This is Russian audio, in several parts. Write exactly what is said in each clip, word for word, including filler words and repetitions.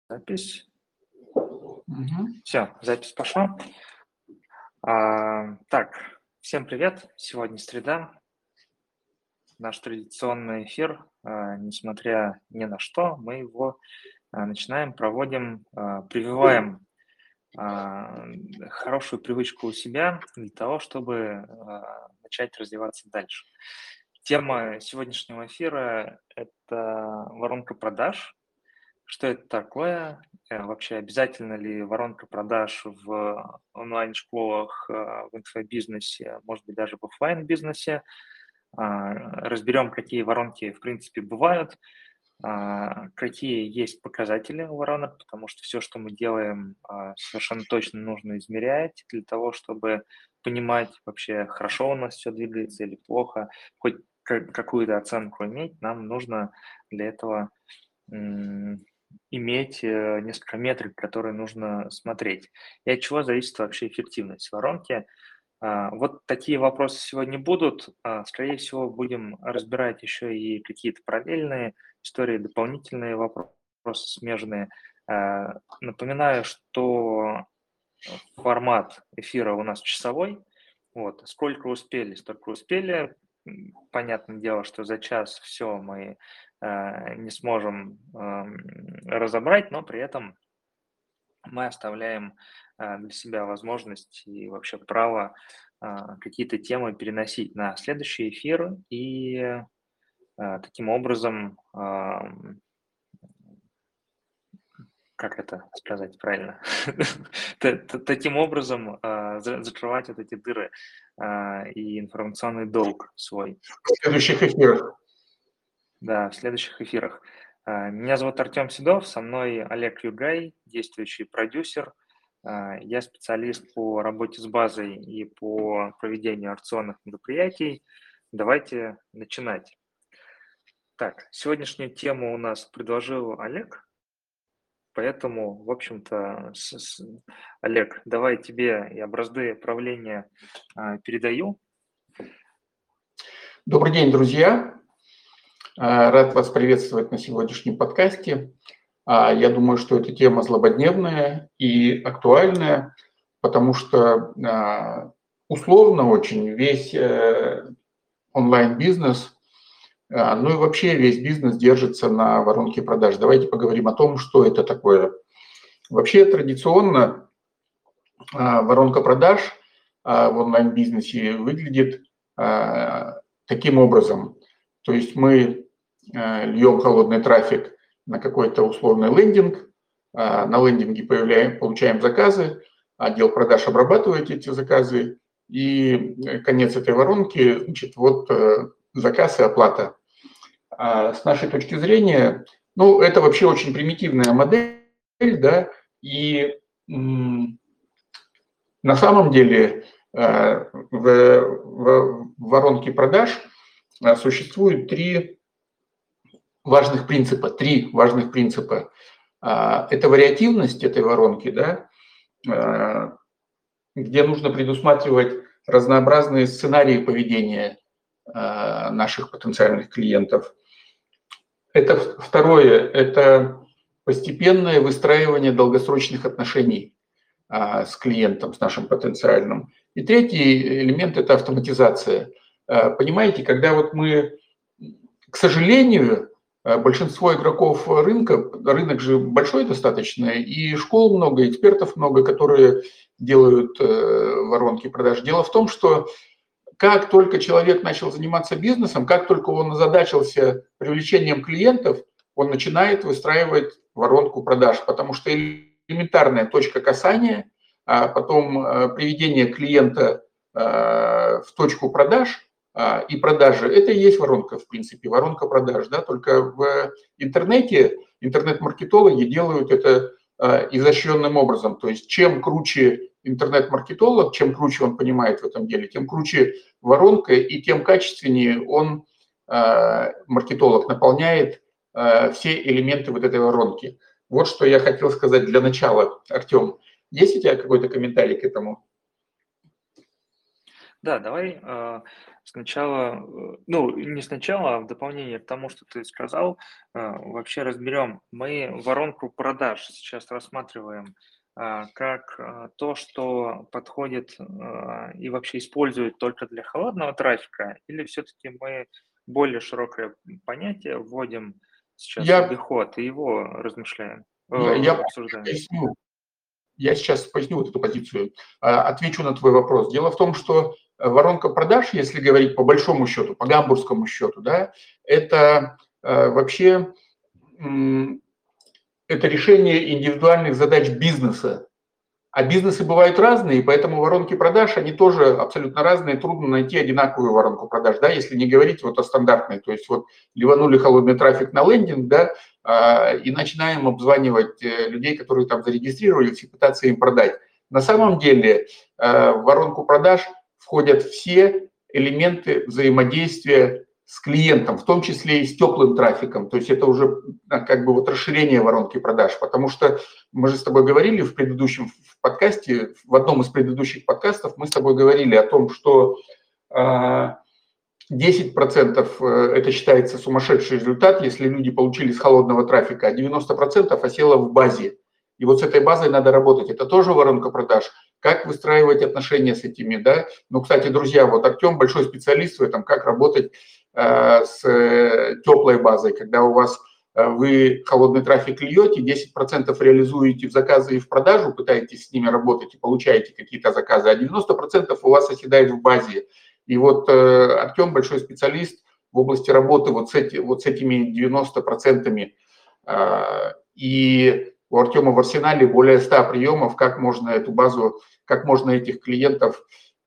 Запись. Мгм. Все, запись пошла. А, так, всем привет. Сегодня среда. Наш традиционный эфир, а, несмотря ни на что, мы его а, начинаем, проводим, а, прививаем а, хорошую привычку у себя для того, чтобы а, начать развиваться дальше. Тема сегодняшнего эфира– это воронка продаж. Что это такое? Э, Вообще обязательно ли воронка продаж в онлайн-школах, э, в инфобизнесе, может быть, даже в оффлайн-бизнесе? А, Разберем, какие воронки, в принципе, бывают, а, какие есть показатели у воронок, потому что все, что мы делаем, а, совершенно точно нужно измерять для того, чтобы понимать вообще, хорошо у нас все двигается или плохо, хоть ка- какую-то оценку иметь, нам нужно для этого м, иметь э, несколько метрик, которые нужно смотреть. И от чего зависит вообще эффективность воронки. А, Вот такие вопросы сегодня будут. А, Скорее всего, будем разбирать еще и какие-то параллельные истории, дополнительные вопросы смежные. А, Напоминаю, что формат эфира у нас часовой. Вот. Сколько успели, столько успели. М, Понятное дело, что за час все мы э, не сможем эм, разобрать, но при этом мы оставляем э, для себя возможность и вообще право э, какие-то темы переносить на следующий эфир и э, таким образом, ам, как это сказать правильно, Та- та- таким образом а, за- закрывать вот эти дыры а, и информационный долг свой. В следующих эфирах. Да, в следующих эфирах. А, Меня зовут Артем Седов, со мной Олег Югай, действующий продюсер. А, Я специалист по работе с базой и по проведению акционных мероприятий. Давайте начинать. Так, сегодняшнюю тему у нас предложил Олег, поэтому, в общем-то, с- с- Олег, давай тебе я бразды правления а, передаю. Добрый день, друзья. А, Рад вас приветствовать на сегодняшнем подкасте. А, Я думаю, что эта тема злободневная и актуальная, потому что а, условно очень весь э, онлайн-бизнес, а, ну и вообще весь бизнес держится на воронке продаж. Давайте поговорим о том, что это такое. Вообще традиционно а, воронка продаж а, в онлайн-бизнесе выглядит а, таким образом. То есть мы а, льем холодный трафик на какой-то условный лендинг, а, на лендинге появляем, получаем заказы, отдел продаж обрабатывает эти заказы, и э, конец этой воронки, значит, вот э, заказ и оплата. А с нашей точки зрения, ну, это вообще очень примитивная модель, да, и м, на самом деле э, в, в воронке продаж э, существует три важных принципа. Три важных принципа. А, Это вариативность этой воронки, да, э, где нужно предусматривать разнообразные сценарии поведения э, наших потенциальных клиентов. Это в- второе, это постепенное выстраивание долгосрочных отношений а, с клиентом, с нашим потенциальным. И третий элемент– это автоматизация. А, Понимаете, когда вот мы, к сожалению, а, большинство игроков рынка, рынок же большой достаточно, и школ много, экспертов много, которые делают э, воронки продаж. Дело в том, что как только человек начал заниматься бизнесом, как только он озадачился привлечением клиентов, он начинает выстраивать воронку продаж, потому что элементарная точка касания, а потом э, приведение клиента э, в точку продаж а, и продажи, это и есть воронка, в принципе, воронка продаж. Да? Только в интернете интернет-маркетологи делают это э, изощренным образом. То есть чем круче интернет-маркетолог, чем круче он понимает в этом деле, тем круче воронка, и тем качественнее он, э, маркетолог, наполняет э, все элементы вот этой воронки. Вот что я хотел сказать для начала. Артем, есть у тебя какой-то комментарий к этому? Да, давай э, сначала, э, ну, не сначала, а в дополнение к тому, что ты сказал, э, вообще разберем. Мы воронку продаж сейчас рассматриваем а, как а, то, что подходит а, и вообще используют только для холодного трафика, или все-таки мы более широкое понятие вводим сейчас в Я, обиход и его размышляем, э, я, я обсуждаем? поясню. Я сейчас поясню вот эту позицию, а, отвечу на твой вопрос. Дело в том, что э, воронка продаж, если говорить по большому счету, по гамбургскому счету, да, это э, вообще м, это решение индивидуальных задач бизнеса. А бизнесы бывают разные, и поэтому воронки продаж, они тоже абсолютно разные. Трудно найти одинаковую воронку продаж, да, если не говорить вот о стандартной. То есть вот ливанули холодный трафик на лендинг, да, а, и начинаем обзванивать э, людей, которые там зарегистрировались, и пытаться им продать. На самом деле э, в воронку продаж входят все элементы взаимодействия с клиентом, в том числе и с теплым трафиком. То есть это уже а, как бы вот расширение воронки продаж, потому что мы же с тобой говорили в предыдущем в подкасте, в одном из предыдущих подкастов мы с тобой говорили о том, что десять процентов это считается сумасшедший результат, если люди получили с холодного трафика, а девяносто процентов осело в базе. И вот с этой базой надо работать. Это тоже воронка продаж. Как выстраивать отношения с этими, да? Ну, кстати, друзья, вот Артем большой специалист в этом, как работать э, с э, теплой базой, когда у вас э, вы холодный трафик льете, десять процентов реализуете в заказы и в продажу, пытаетесь с ними работать и получаете какие-то заказы, а девяносто процентов у вас оседает в базе. И вот э, Артем большой специалист в области работы вот с, эти, вот с этими девяноста процентами. Э, и у Артема в арсенале более ста приемов, как можно эту базу, как можно этих клиентов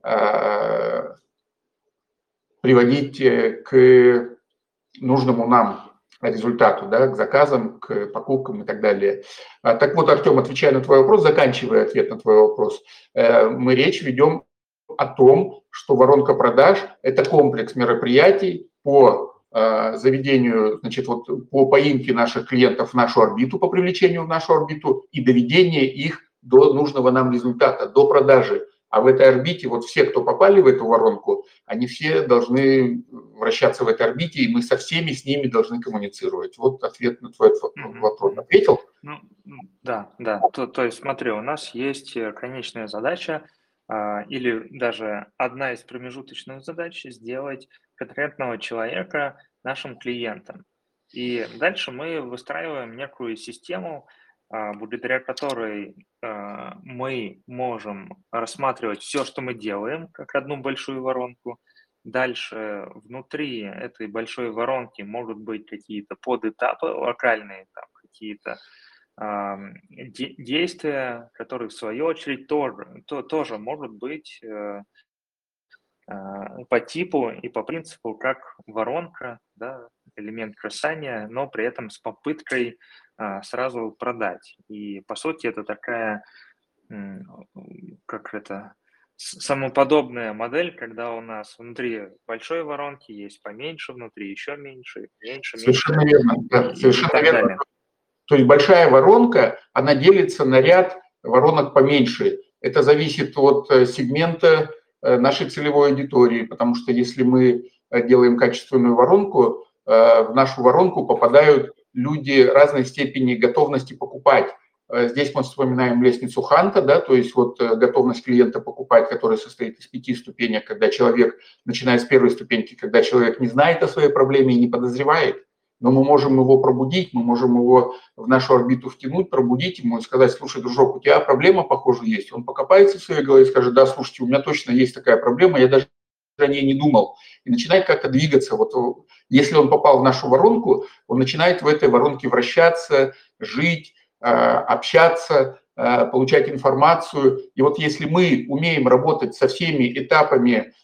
э, приводить к нужному нам результату, да, к заказам, к покупкам и так далее. Так вот, Артем, отвечая на твой вопрос, заканчивая ответ на твой вопрос, мы речь ведем о том, что воронка продаж – это комплекс мероприятий по заведению, значит, вот по поимке наших клиентов в нашу орбиту, по привлечению в нашу орбиту и доведение их до нужного нам результата, до продажи. А в этой орбите вот все, кто попали в эту воронку, они все должны вращаться в этой орбите, и мы со всеми с ними должны коммуницировать. Вот ответ на твой вопрос. Ответил? Ну, да, да. То, то есть смотри, у нас есть конечная задача а, или даже одна из промежуточных задач сделать конкретного человека нашим клиентом. И дальше мы выстраиваем некую систему, а, благодаря которой а, мы можем рассматривать все, что мы делаем, как одну большую воронку. Дальше внутри этой большой воронки могут быть какие-то подэтапы локальные, там какие-то ам, де- действия, которые в свою очередь тоже, то, тоже могут быть э, а, по типу и по принципу как воронка, да, элемент касания, но при этом с попыткой а, сразу продать. И по сути это такая, м, как это, с- самоподобная модель, когда у нас внутри большой воронки есть поменьше, внутри еще меньше, меньше, Совершенно меньше верно. и, Да, и и совершенно так верно. далее. То есть большая воронка, она делится на ряд воронок поменьше. Это зависит от э, сегмента э, нашей целевой аудитории, потому что если мы э, делаем качественную воронку, э, в нашу воронку попадают люди разной степени готовности покупать. Э, Здесь мы вспоминаем лестницу Ханта, да, то есть вот э, готовность клиента покупать, которая состоит из пяти ступенек, когда человек, начиная с первой ступеньки, когда человек не знает о своей проблеме и не подозревает, но мы можем его пробудить, мы можем его в нашу орбиту втянуть, пробудить ему и сказать: слушай, дружок, у тебя проблема, похоже, есть. Он покопается в своей голове и скажет: да, слушайте, у меня точно есть такая проблема, я даже о ней не думал. И начинает как-то двигаться. Вот если он попал в нашу воронку, он начинает в этой воронке вращаться, жить, общаться, получать информацию. И вот если мы умеем работать со всеми этапами,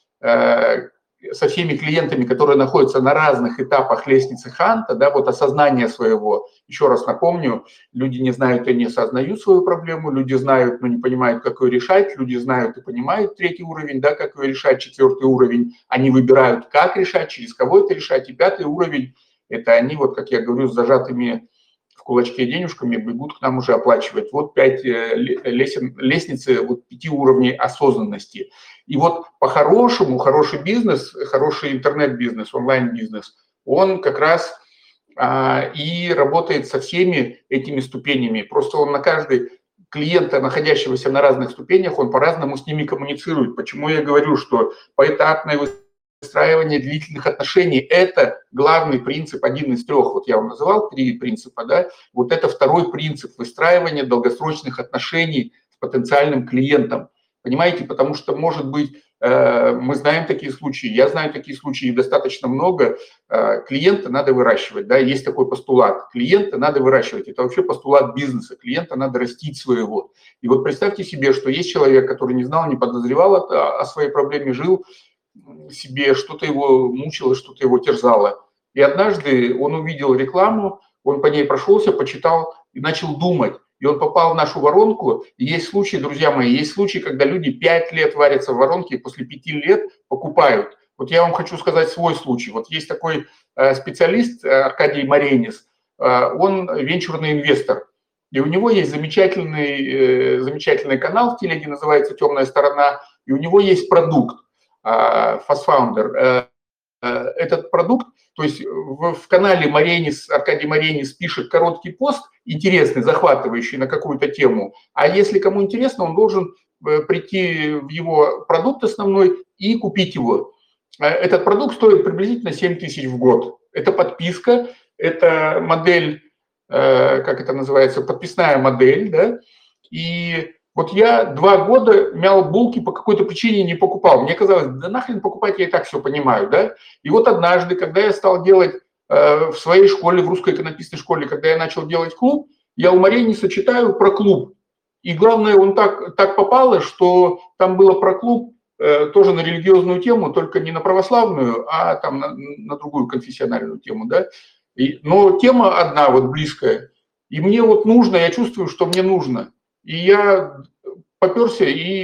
со всеми клиентами, которые находятся на разных этапах лестницы Ханта, да, вот осознание своего, еще раз напомню, люди не знают и не осознают свою проблему, люди знают, но не понимают, как ее решать, люди знают и понимают третий уровень, да, как ее решать, четвертый уровень, они выбирают, как решать, через кого это решать, и пятый уровень, это они, вот как я говорю, с зажатыми в кулачке денежками, бегут к нам уже оплачивать. Вот пять лесен, лестницы, вот пяти уровней осознанности. И вот по-хорошему, хороший бизнес, хороший интернет-бизнес, онлайн-бизнес, он как раз а, и работает со всеми этими ступенями. Просто он на каждый клиента, находящегося на разных ступенях, он по-разному с ними коммуницирует. Почему я говорю, что поэтапное выстраивание длительных отношений – это главный принцип, один из трех. Вот я вам называл три принципа, да? Вот это второй принцип – выстраивание долгосрочных отношений с потенциальным клиентом. Понимаете, потому что, может быть, мы знаем такие случаи, я знаю такие случаи достаточно много. Клиента надо выращивать, да, есть такой постулат. Клиента надо выращивать, это вообще постулат бизнеса. Клиента надо растить своего. И вот представьте себе, что есть человек, который не знал, не подозревал о своей проблеме, жил себе, что-то его мучило, что-то его терзало. И однажды он увидел рекламу, он по ней прошелся, почитал и начал думать. И он попал в нашу воронку. И есть случаи, друзья мои, есть случаи, когда люди пять лет варятся в воронке и после пяти лет покупают. Вот я вам хочу сказать свой случай. Вот есть такой специалист Аркадий Маренис, он венчурный инвестор. И у него есть замечательный, замечательный канал в телеге, называется «Темная сторона», и у него есть продукт FastFounder. Этот продукт, то есть в, в канале Маренис, Аркадий Маренис пишет короткий пост, интересный, захватывающий на какую-то тему, а если кому интересно, он должен прийти в его продукт основной и купить его. Этот продукт стоит приблизительно семь тысяч в год. Это подписка, это модель, как это называется, подписная модель, да, и вот я два года мял булки, по какой-то причине не покупал. Мне казалось, да нахрен покупать, я и так все понимаю, да. И вот однажды, когда я стал делать э, в своей школе, в русской иконописной школе, когда я начал делать клуб, я у Марениса читаю про клуб. И главное, он так, так попало, что там было про клуб э, тоже на религиозную тему, только не на православную, а там на, на другую конфессиональную тему, да. И, но тема одна, вот близкая. И мне вот нужно, я чувствую, что мне нужно. И я поперся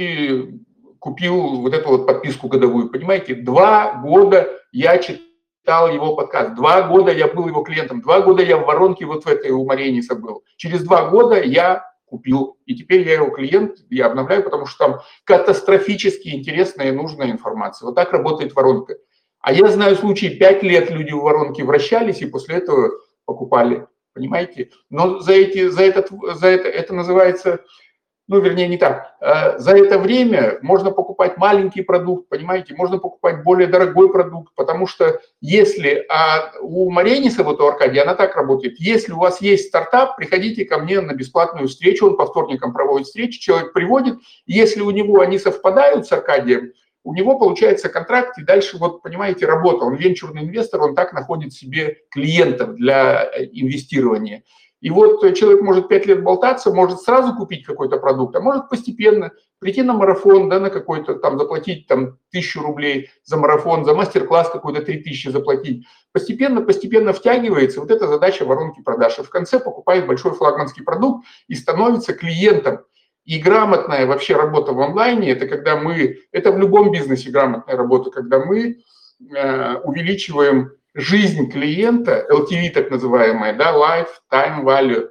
и купил вот эту вот подписку годовую, понимаете? Два года я читал его подкаст, два года я был его клиентом, два года я в воронке вот в этой у Марениса был. Через два года я купил, и теперь я его клиент, я обновляю, потому что там катастрофически интересная и нужная информация. Вот так работает воронка. А я знаю случаи, пять лет люди в воронке вращались и после этого покупали. Понимаете? Но за, эти, за, этот, за это, это называется, ну, вернее, не так. За это время можно покупать маленький продукт, понимаете? Можно покупать более дорогой продукт, потому что если а у Марениса, вот у Аркадия, она так работает. Если у вас есть стартап, приходите ко мне на бесплатную встречу, он по вторникам проводит встречи, человек приводит. Если у него они совпадают с Аркадием, у него получается контракт, и дальше, вот, понимаете, работа. Он венчурный инвестор, он так находит себе клиентов для инвестирования. И вот человек может пять лет болтаться, может сразу купить какой-то продукт, а может постепенно прийти на марафон, да, на какой-то там, заплатить там тысячу рублей за марафон, за мастер-класс какой-то три тысячи заплатить. Постепенно, постепенно втягивается. Вот эта задача воронки продаж. И в конце покупает большой флагманский продукт и становится клиентом. И грамотная вообще работа в онлайне, это когда мы, это в любом бизнесе грамотная работа, когда мы э, увеличиваем жизнь клиента, эл ти ви так называемая, да, lifetime value,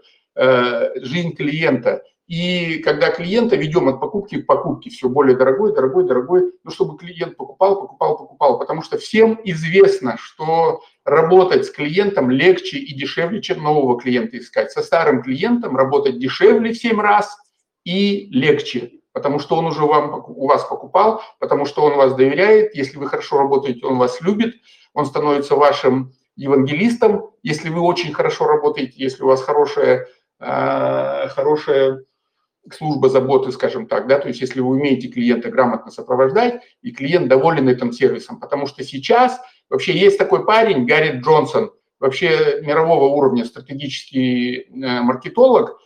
э, жизнь клиента. И когда клиента ведем от покупки к покупке, все более дорогой, дорогой, дорогой, ну, чтобы клиент покупал, покупал, покупал, потому что всем известно, что работать с клиентом легче и дешевле, чем нового клиента искать. Со старым клиентом работать дешевле в семь раз, и легче, потому что он уже вам, у вас покупал, потому что он вас доверяет, если вы хорошо работаете, он вас любит, он становится вашим евангелистом, если вы очень хорошо работаете, если у вас хорошая, э, хорошая служба заботы, скажем так, да, то есть если вы умеете клиента грамотно сопровождать, и клиент доволен этим сервисом, потому что сейчас вообще есть такой парень, Гарри Джонсон, вообще мирового уровня стратегический э, маркетолог.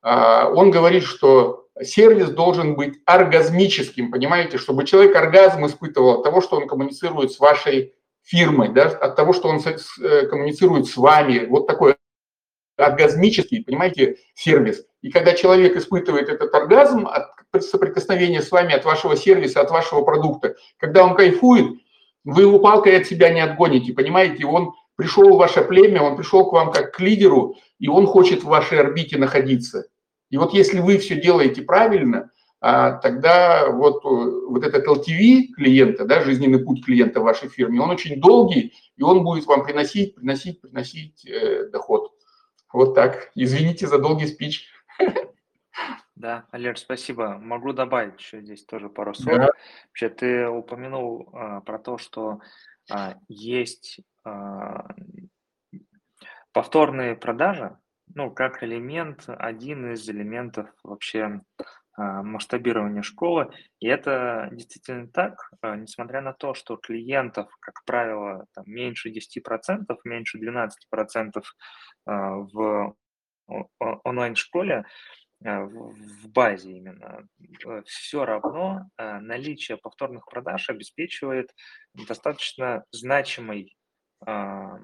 Он говорит, что сервис должен быть оргазмическим, понимаете, чтобы человек оргазм испытывал от того, что он коммуницирует с вашей фирмой, да, от того, что он коммуницирует с вами. Вот такой оргазмический, понимаете, сервис. И когда человек испытывает этот оргазм от соприкосновения с вами, от вашего сервиса, от вашего продукта, когда он кайфует, вы его палкой от себя не отгоните, понимаете, он пришел в ваше племя, он пришел к вам как к лидеру, и он хочет в вашей орбите находиться. И вот если вы все делаете правильно, тогда вот, вот этот эл ти ви клиента, да, жизненный путь клиента в вашей фирме, он очень долгий, и он будет вам приносить, приносить, приносить э, доход. Вот так. Извините за долгий спич. Да, Олег, спасибо. Могу добавить еще здесь тоже пару слов. Да. Вообще, ты упомянул а, про то, что а, есть а, повторные продажи, ну, как элемент, один из элементов вообще а, масштабирования школы. И это действительно так, а, несмотря на то, что клиентов, как правило, там, меньше десяти процентов, меньше двенадцати процентов а, в о- о- онлайн-школе, а, в в базе именно, все равно а, наличие повторных продаж обеспечивает достаточно значимый а,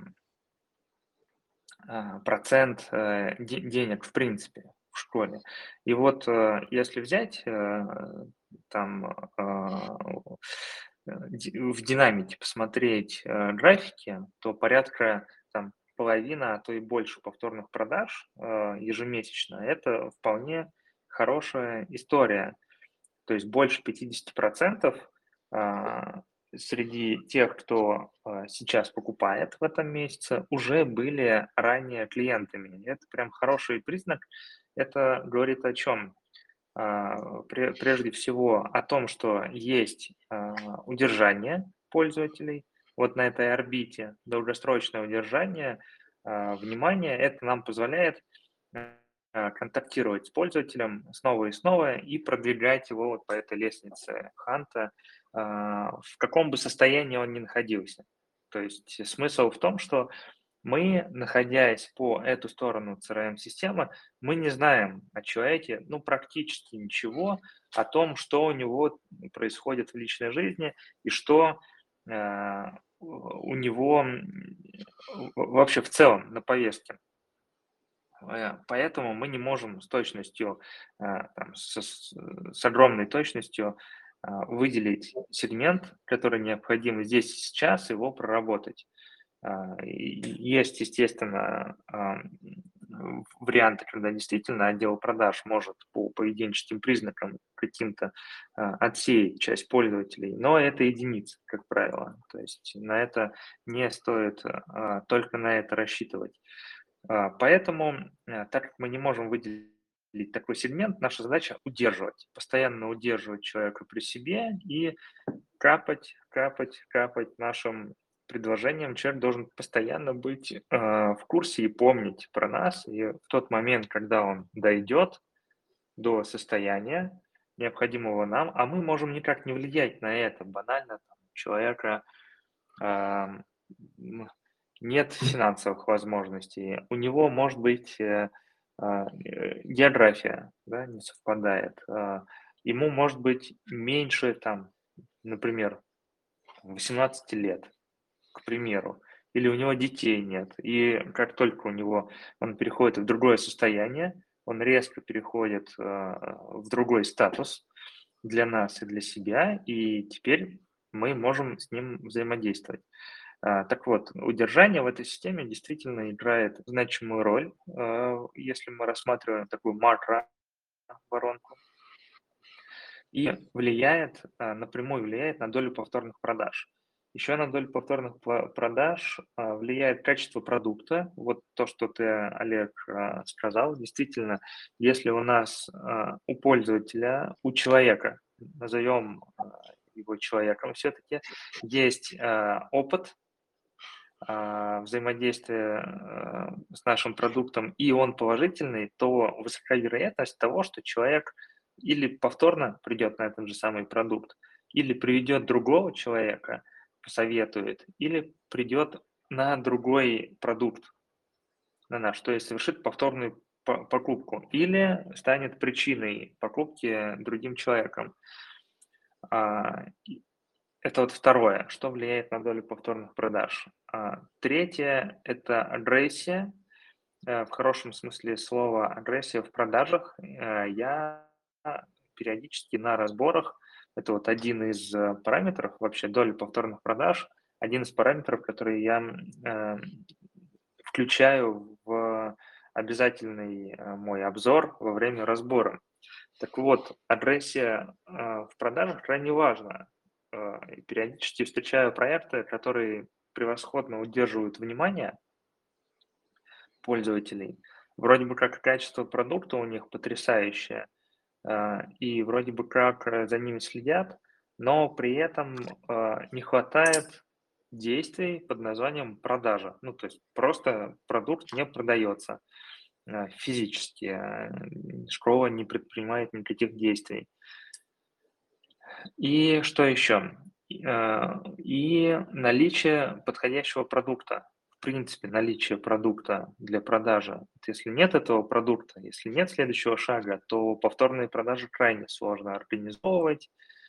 а, процент э, де- денег в принципе в школе. И вот э, если взять э, там а, э, ди- в динамике посмотреть э, графики, то порядка там половина, а то и больше повторных продаж э, ежемесячно. Это вполне хорошая история. То есть больше пятидесяти процентов а, среди тех, кто а, сейчас покупает в этом месяце, уже были ранее клиентами. И это прям хороший признак. Это говорит о чем? А, пре- Прежде всего о том, что есть а, удержание пользователей. Вот на этой орбите долгосрочное удержание а, внимания, это нам позволяет а, контактировать с пользователем снова и снова и продвигать его вот по этой лестнице Ханта, а, в каком бы состоянии он ни находился. То есть смысл в том, что мы, находясь по эту сторону си ар эм-системы, мы не знаем о человеке, ну, практически ничего о том, что у него происходит в личной жизни и что э, у него м, вообще в целом на повестке. Э, Поэтому мы не можем с точностью, э, там, с, с- с огромной точностью э, выделить сегмент, который необходим здесь и сейчас, его проработать. А, и Есть, естественно, а, м, варианты, когда действительно отдел продаж может по поведенческим признакам каким-то а, отсеять часть пользователей, но это единицы, как правило. То есть на это не стоит а, только на это рассчитывать. А, Поэтому, а, так как мы не можем выделить такой сегмент, наша задача удерживать, постоянно удерживать человека при себе и капать, капать, капать нашим предложением. Человек должен постоянно быть э, в курсе и помнить про нас. И в тот момент, когда он дойдет до состояния, необходимого нам, а мы можем никак не влиять на это. Банально там, у человека а, м, нет финансовых возможностей, у него может быть э, а, э, география, да, не совпадает, а, ему может быть меньше там, например, восемнадцати лет, к примеру, или у него детей нет. И как только у него он переходит в другое состояние, он резко переходит э, в другой статус для нас и для себя, и теперь мы можем с ним взаимодействовать. А, Так вот, удержание в этой системе действительно играет значимую роль, э, если мы рассматриваем такую макро-воронку, и влияет, а, напрямую влияет на долю повторных продаж. Еще на долю повторных пла- продаж а, влияет качество продукта. Вот то, что ты, Олег, а, сказал. Действительно, если у нас а, у пользователя, у человека, назовем а, его человеком все-таки, есть а, опыт а, взаимодействия а, с нашим продуктом, и он положительный, то высока вероятность того, что человек или повторно придет на этот же самый продукт, или приведет другого человека, посоветует, или придет на другой продукт, на наш, то есть совершит повторную по- покупку, или станет причиной покупки другим человеком. А, Это вот второе, что влияет на долю повторных продаж. А, Третье– это агрессия, э, в хорошем смысле слова агрессия в продажах. Э, Я периодически на разборах, это вот один из э, параметров вообще доли повторных продаж, один из параметров, который я э, включаю в обязательный э, мой обзор во время разбора. Так вот, агрессия э, в продажах крайне важна. Э, и периодически встречаю проекты, которые превосходно удерживают внимание пользователей. Вроде бы как качество продукта у них потрясающее, э, и вроде бы как э, за ними следят, но при этом э, не хватает действий под названием продажа. Ну, то есть просто продукт не продается э, физически, э, школа не предпринимает никаких действий. И что еще? Э, И наличие подходящего продукта. В принципе, наличие продукта для продажи. Вот если нет этого продукта, если нет следующего шага, то повторные продажи крайне сложно организовывать,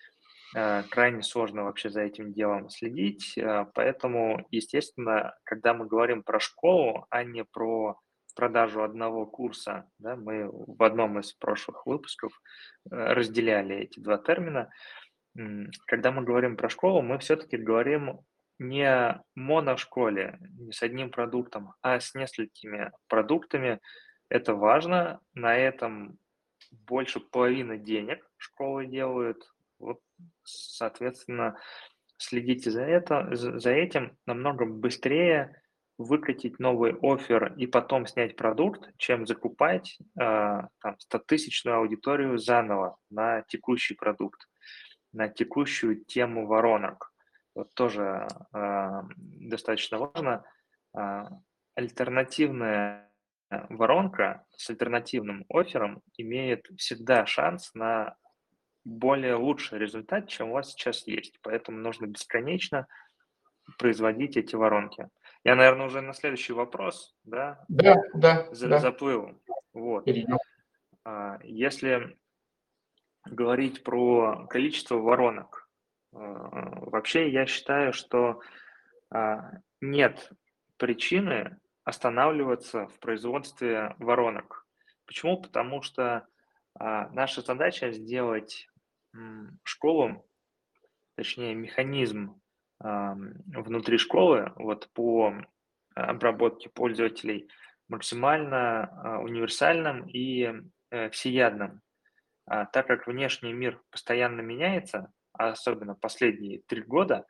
э, крайне сложно вообще за этим делом следить. э, Поэтому, естественно, когда мы говорим про школу, а не про продажу одного курса, да, мы в одном из прошлых выпусков э, разделяли эти два термина. М, Когда мы говорим про школу, мы все-таки говорим не о моношколе, не с одним продуктом, а с несколькими продуктами. Это важно, на этом больше половины денег школы делают. Вот, соответственно, следите за это, за за этим намного быстрее выкатить новый оффер и потом снять продукт, чем закупать а, там, стотысячную аудиторию заново на текущий продукт, на текущую тему воронок. Вот тоже а, достаточно важно. А, альтернативная воронка с альтернативным оффером имеет всегда шанс на более лучший результат, чем у вас сейчас есть. Поэтому нужно бесконечно производить эти воронки. Я, наверное, уже на следующий вопрос, да, Да, да, за- да, заплыл. Вот. перейдем. А, Если говорить про количество воронок, а, вообще я считаю, что а, нет причины останавливаться в производстве воронок. Почему? Потому что а, наша задача сделать м, школу, точнее механизм ам, внутри школы вот по обработке пользователей максимально а, универсальным и э, всеядным. А, так как внешний мир постоянно меняется, а особенно последние три года,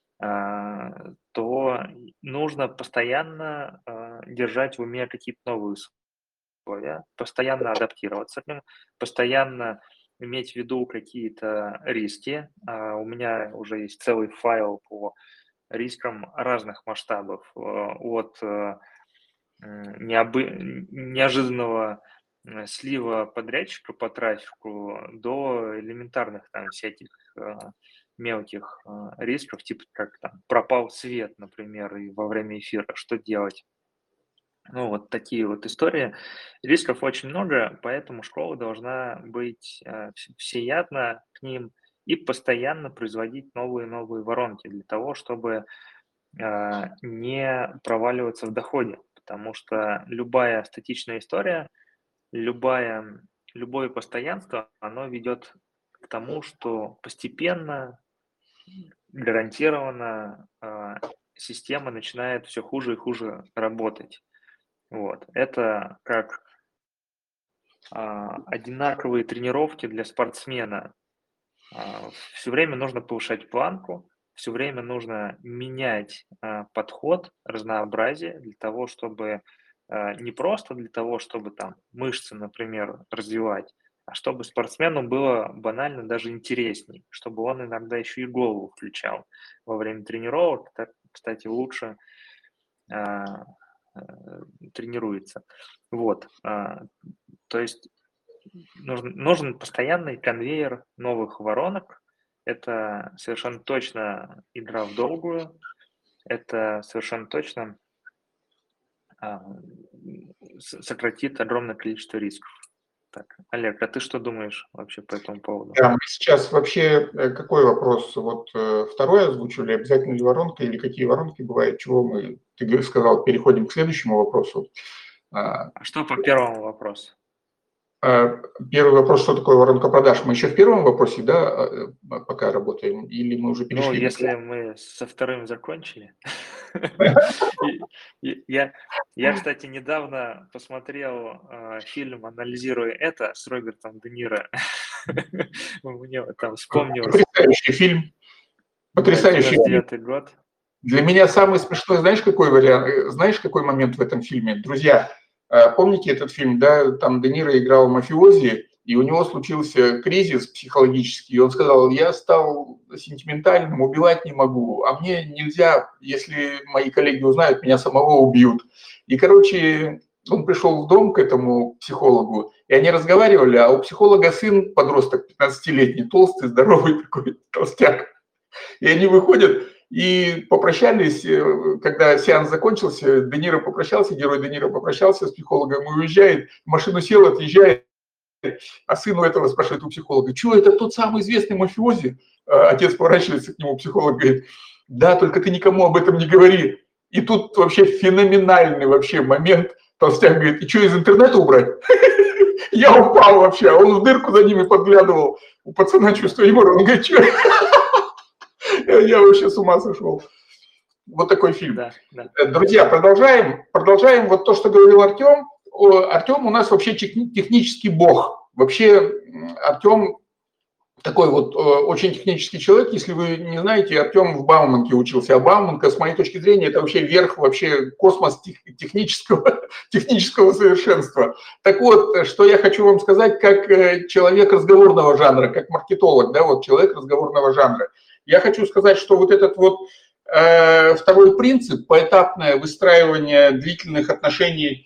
а, то нужно постоянно а, держать в уме какие-то новые условия, постоянно адаптироваться к ним, постоянно иметь в виду какие-то риски. А, У меня уже есть целый файл по рискам разных масштабов, э, от э, м, необы- неожиданного э, слива подрядчика по трафику до элементарных там всяких э, мелких э, рисков, типа как там пропал свет, например, и во время эфира, что делать? Ну, вот такие вот истории. Рисков очень много, поэтому школа должна быть э, вс- всеядна к ним и постоянно производить новые и новые воронки для того, чтобы а, не проваливаться в доходе. Потому что любая статичная история, любая, любое постоянство, оно ведет к тому, что постепенно, гарантированно а, система начинает все хуже и хуже работать. Вот. Это как а, одинаковые тренировки для спортсмена. Все время нужно повышать планку, все время нужно менять а, подход, разнообразие для того, чтобы а, не просто для того, чтобы там мышцы, например, развивать, а чтобы спортсмену было банально даже интересней, чтобы он иногда еще и голову включал во время тренировок. Так, кстати, лучше а, э, тренируется. Вот. а, То есть нужен, нужен постоянный конвейер новых воронок. Это совершенно точно игра в долгую. Это совершенно точно а, с- сократит огромное количество рисков. Так, Олег, а ты что думаешь вообще по этому поводу? Да, мы сейчас вообще, э, какой вопрос? Вот э, второй озвучивали, обязательно ли воронка или какие воронки бывают, чего мы, ты г- сказал, переходим к следующему вопросу. А, А что по первому вопросу? Первый вопрос, что такое воронка продаж? Мы еще в первом вопросе, да, пока работаем, или мы уже перешли? Ну, если мы со вторым закончили. Я, я, кстати, недавно посмотрел э, фильм «Анализируя это» с Робертом Де Ниро. Мне там вспомнилось. Потрясающий фильм. Потрясающий фильм. девяносто девятый год. Для меня самый смешной, знаешь, какой вариант, знаешь, какой момент в этом фильме? Друзья, помните этот фильм, да, там Де Ниро играл мафиози, и у него случился кризис психологический, и он сказал: я стал сентиментальным, убивать не могу, а мне нельзя, если мои коллеги узнают, меня самого убьют. И, короче, он пришел в дом к этому психологу, и они разговаривали, а у психолога сын, подросток пятнадцатилетний, толстый, здоровый такой толстяк. И они выходят и попрощались, когда сеанс закончился, Де Ниро попрощался, герой Де Ниро попрощался с психологом и уезжает, в машину сел, отъезжает, а сын у этого спрашивает у психолога: что, это тот самый известный мафиози? Отец поворачивается к нему, психолог говорит: да, только ты никому об этом не говори. И тут вообще феноменальный вообще момент. Толстяк говорит: и что, из интернета убрать? Я упал вообще, а он в дырку за ними подглядывал. У пацана чувство юмора, он говорит: что? Я вообще с ума сошел. Вот такой фильм. Да, да. Друзья, продолжаем. Продолжаем вот то, что говорил Артем. Артем у нас вообще технический бог. Вообще Артем такой вот очень технический человек. Если вы не знаете, Артем в Бауманке учился. А Бауманка, с моей точки зрения, это вообще верх, вообще космос технического, технического совершенства. Так вот, что я хочу вам сказать, как человек разговорного жанра, как маркетолог, да, вот человек разговорного жанра. Я хочу сказать, что вот этот вот э, второй принцип, поэтапное выстраивание длительных отношений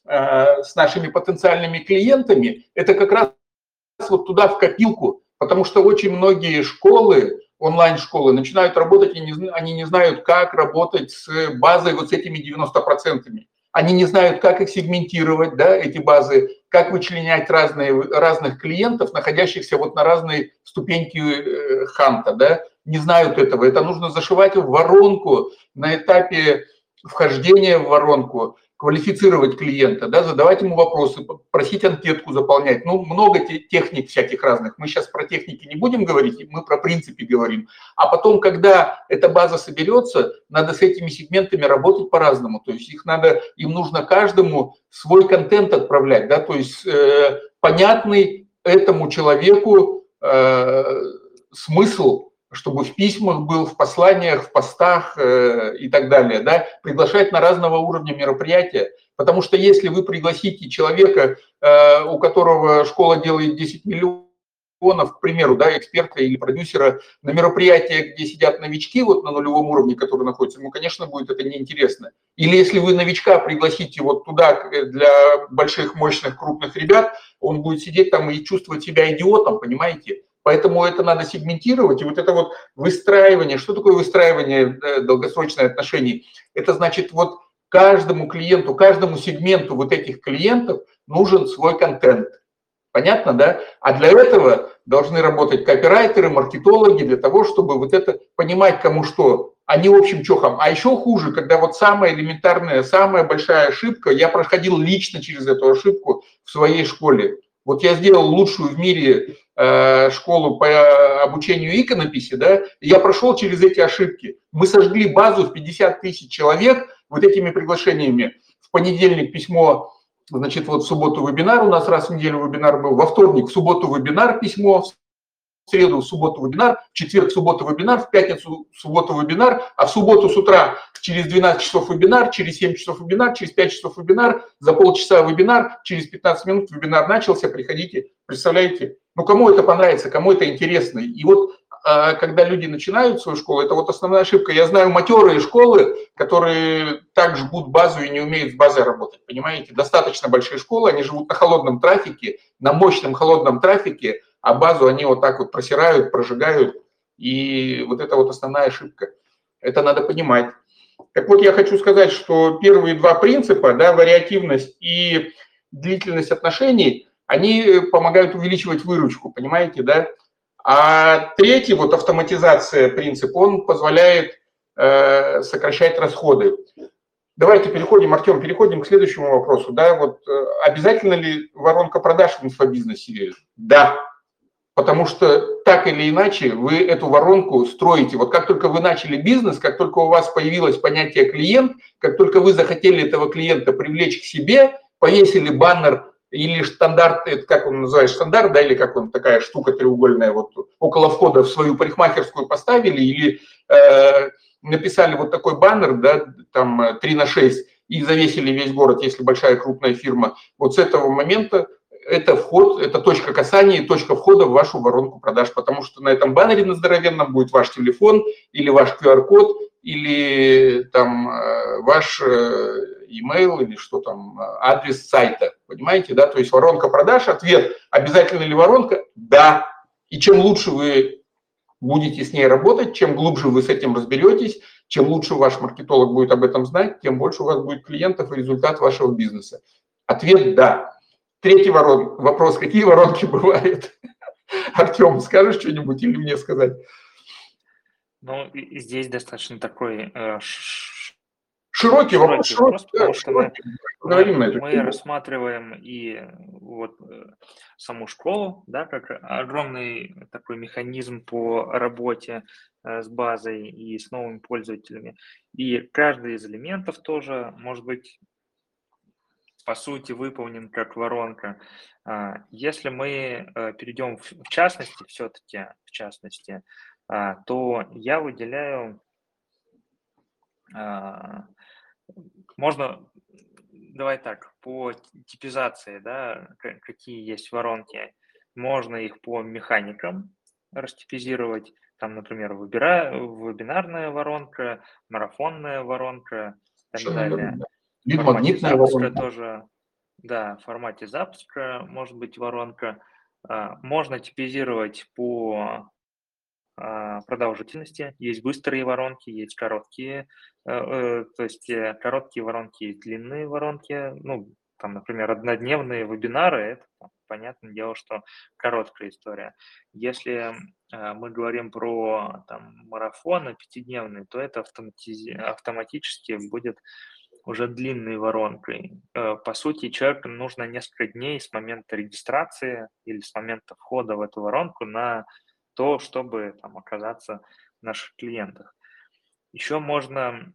э, с нашими потенциальными клиентами, это как раз вот туда в копилку, потому что очень многие школы, онлайн-школы начинают работать, и не, они не знают, как работать с базой вот с этими девяноста процентами. Они не знают, как их сегментировать, да, эти базы, как вычленять разные, разных клиентов, находящихся вот на разной ступеньке э, ханта, да, не знают этого. Это нужно зашивать в воронку на этапе вхождения в воронку, квалифицировать клиента, да, задавать ему вопросы, просить анкетку заполнять. Ну, много техник всяких разных. Мы сейчас про техники не будем говорить, мы про принципы говорим. А потом, когда эта база соберется, надо с этими сегментами работать по-разному. То есть их надо, им нужно каждому свой контент отправлять, да, то есть э, понятный этому человеку э, смысл, чтобы в письмах был, в посланиях, в постах э, и так далее, да, приглашать на разного уровня мероприятия, потому что если вы пригласите человека, э, у которого школа делает десять миллионов, к примеру, да, эксперта или продюсера, на мероприятие, где сидят новички вот на нулевом уровне, который находится, ему, конечно, будет это неинтересно. Или если вы новичка пригласите вот туда для больших, мощных, крупных ребят, он будет сидеть там и чувствовать себя идиотом, понимаете? Поэтому это надо сегментировать. И вот это вот выстраивание, что такое выстраивание долгосрочных отношений? Это значит, вот каждому клиенту, каждому сегменту вот этих клиентов нужен свой контент. Понятно, да? А для этого должны работать копирайтеры, маркетологи, для того, чтобы вот это понимать, кому что, а не общим чохом. А еще хуже, когда вот самая элементарная, самая большая ошибка, я проходил лично через эту ошибку в своей школе. Вот я сделал лучшую в мире э, школу по обучению иконописи, да, и я прошел через эти ошибки. Мы сожгли базу в пятьдесят тысяч человек вот этими приглашениями. В понедельник письмо, значит, вот в субботу вебинар, у нас раз в неделю вебинар был, во вторник, в субботу вебинар, письмо, в среду, в субботу вебинар, в четверг, в субботу вебинар, в пятницу, в субботу вебинар, а в субботу с утра через двенадцать часов вебинар, через семь часов вебинар, через пять часов вебинар, за полчаса вебинар, через пятнадцать минут вебинар начался, приходите, представляете? Ну, кому это понравится, кому это интересно. И вот когда люди начинают свою школу, это вот основная ошибка. Я знаю матерые школы, которые так жгут базу и не умеют с базой работать, понимаете? Достаточно большие школы, они живут на холодном трафике, на мощном холодном трафике, а базу они вот так вот просирают, прожигают, и вот это вот основная ошибка. Это надо понимать. Так вот, я хочу сказать, что первые два принципа, да, вариативность и длительность отношений, они помогают увеличивать выручку, понимаете, да? А третий, вот автоматизация принцип, он позволяет э, сокращать расходы. давайте переходим, Артем, переходим к следующему вопросу. Да, вот обязательно ли воронка продаж в инфобизнесе? Да. Потому что так или иначе вы эту воронку строите. Вот как только вы начали бизнес, как только у вас появилось понятие клиент, как только вы захотели этого клиента привлечь к себе, повесили баннер или стандарт, это как он называется, стандарт, да, или как он, такая штука треугольная, вот около входа в свою парикмахерскую поставили, или э, написали вот такой баннер, да, там три на шесть, и завесили весь город, если большая крупная фирма. Вот с этого момента это вход, это точка касания, точка входа в вашу воронку продаж, потому что на этом баннере на здоровенном будет ваш телефон или ваш ку ар код, или там ваш e-mail, или что там, адрес сайта, понимаете, да, то есть воронка продаж, ответ, обязательно ли воронка? Да, и чем лучше вы будете с ней работать, чем глубже вы с этим разберетесь, чем лучше ваш маркетолог будет об этом знать, тем больше у вас будет клиентов и результат вашего бизнеса. Ответ – да. Третий ворон, вопрос, какие воронки бывают? Артем, скажешь что-нибудь или мне сказать? Ну, здесь достаточно такой э, широкий, широкий вопрос, вопрос, потому да, что мы, мы, мы тему. рассматриваем и вот саму школу, да, как огромный такой механизм по работе э, с базой и с новыми пользователями. И каждый из элементов тоже может быть по сути выполнен как воронка. Если мы перейдем в частности, все-таки в частности, то я выделяю, можно, давай так, по типизации, да, какие есть воронки, можно их по механикам растипизировать, там, например, вебинарная воронка, марафонная воронка и так далее. В формате запуска тоже, да, в формате запуска может быть воронка. Можно типизировать по продолжительности. Есть быстрые воронки, есть короткие, то есть короткие воронки, есть длинные воронки. Ну, там, например, однодневные вебинары, это понятное дело, что короткая история. Если мы говорим про там, марафоны пятидневные, то это автоматизи- автоматически будет уже длинной воронкой. По сути, человеку нужно несколько дней с момента регистрации или с момента входа в эту воронку на то, чтобы там, оказаться в наших клиентах. Еще можно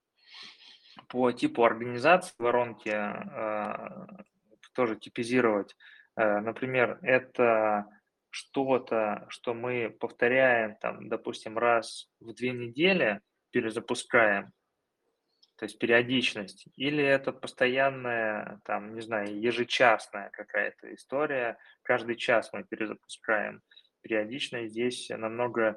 по типу организации воронки э, тоже типизировать. Э, например, это что-то, что мы повторяем, там, допустим, раз в две недели, перезапускаем, то есть периодичность, или это постоянная, там, не знаю, ежечасная какая-то история, каждый час мы перезапускаем. Периодичность здесь намного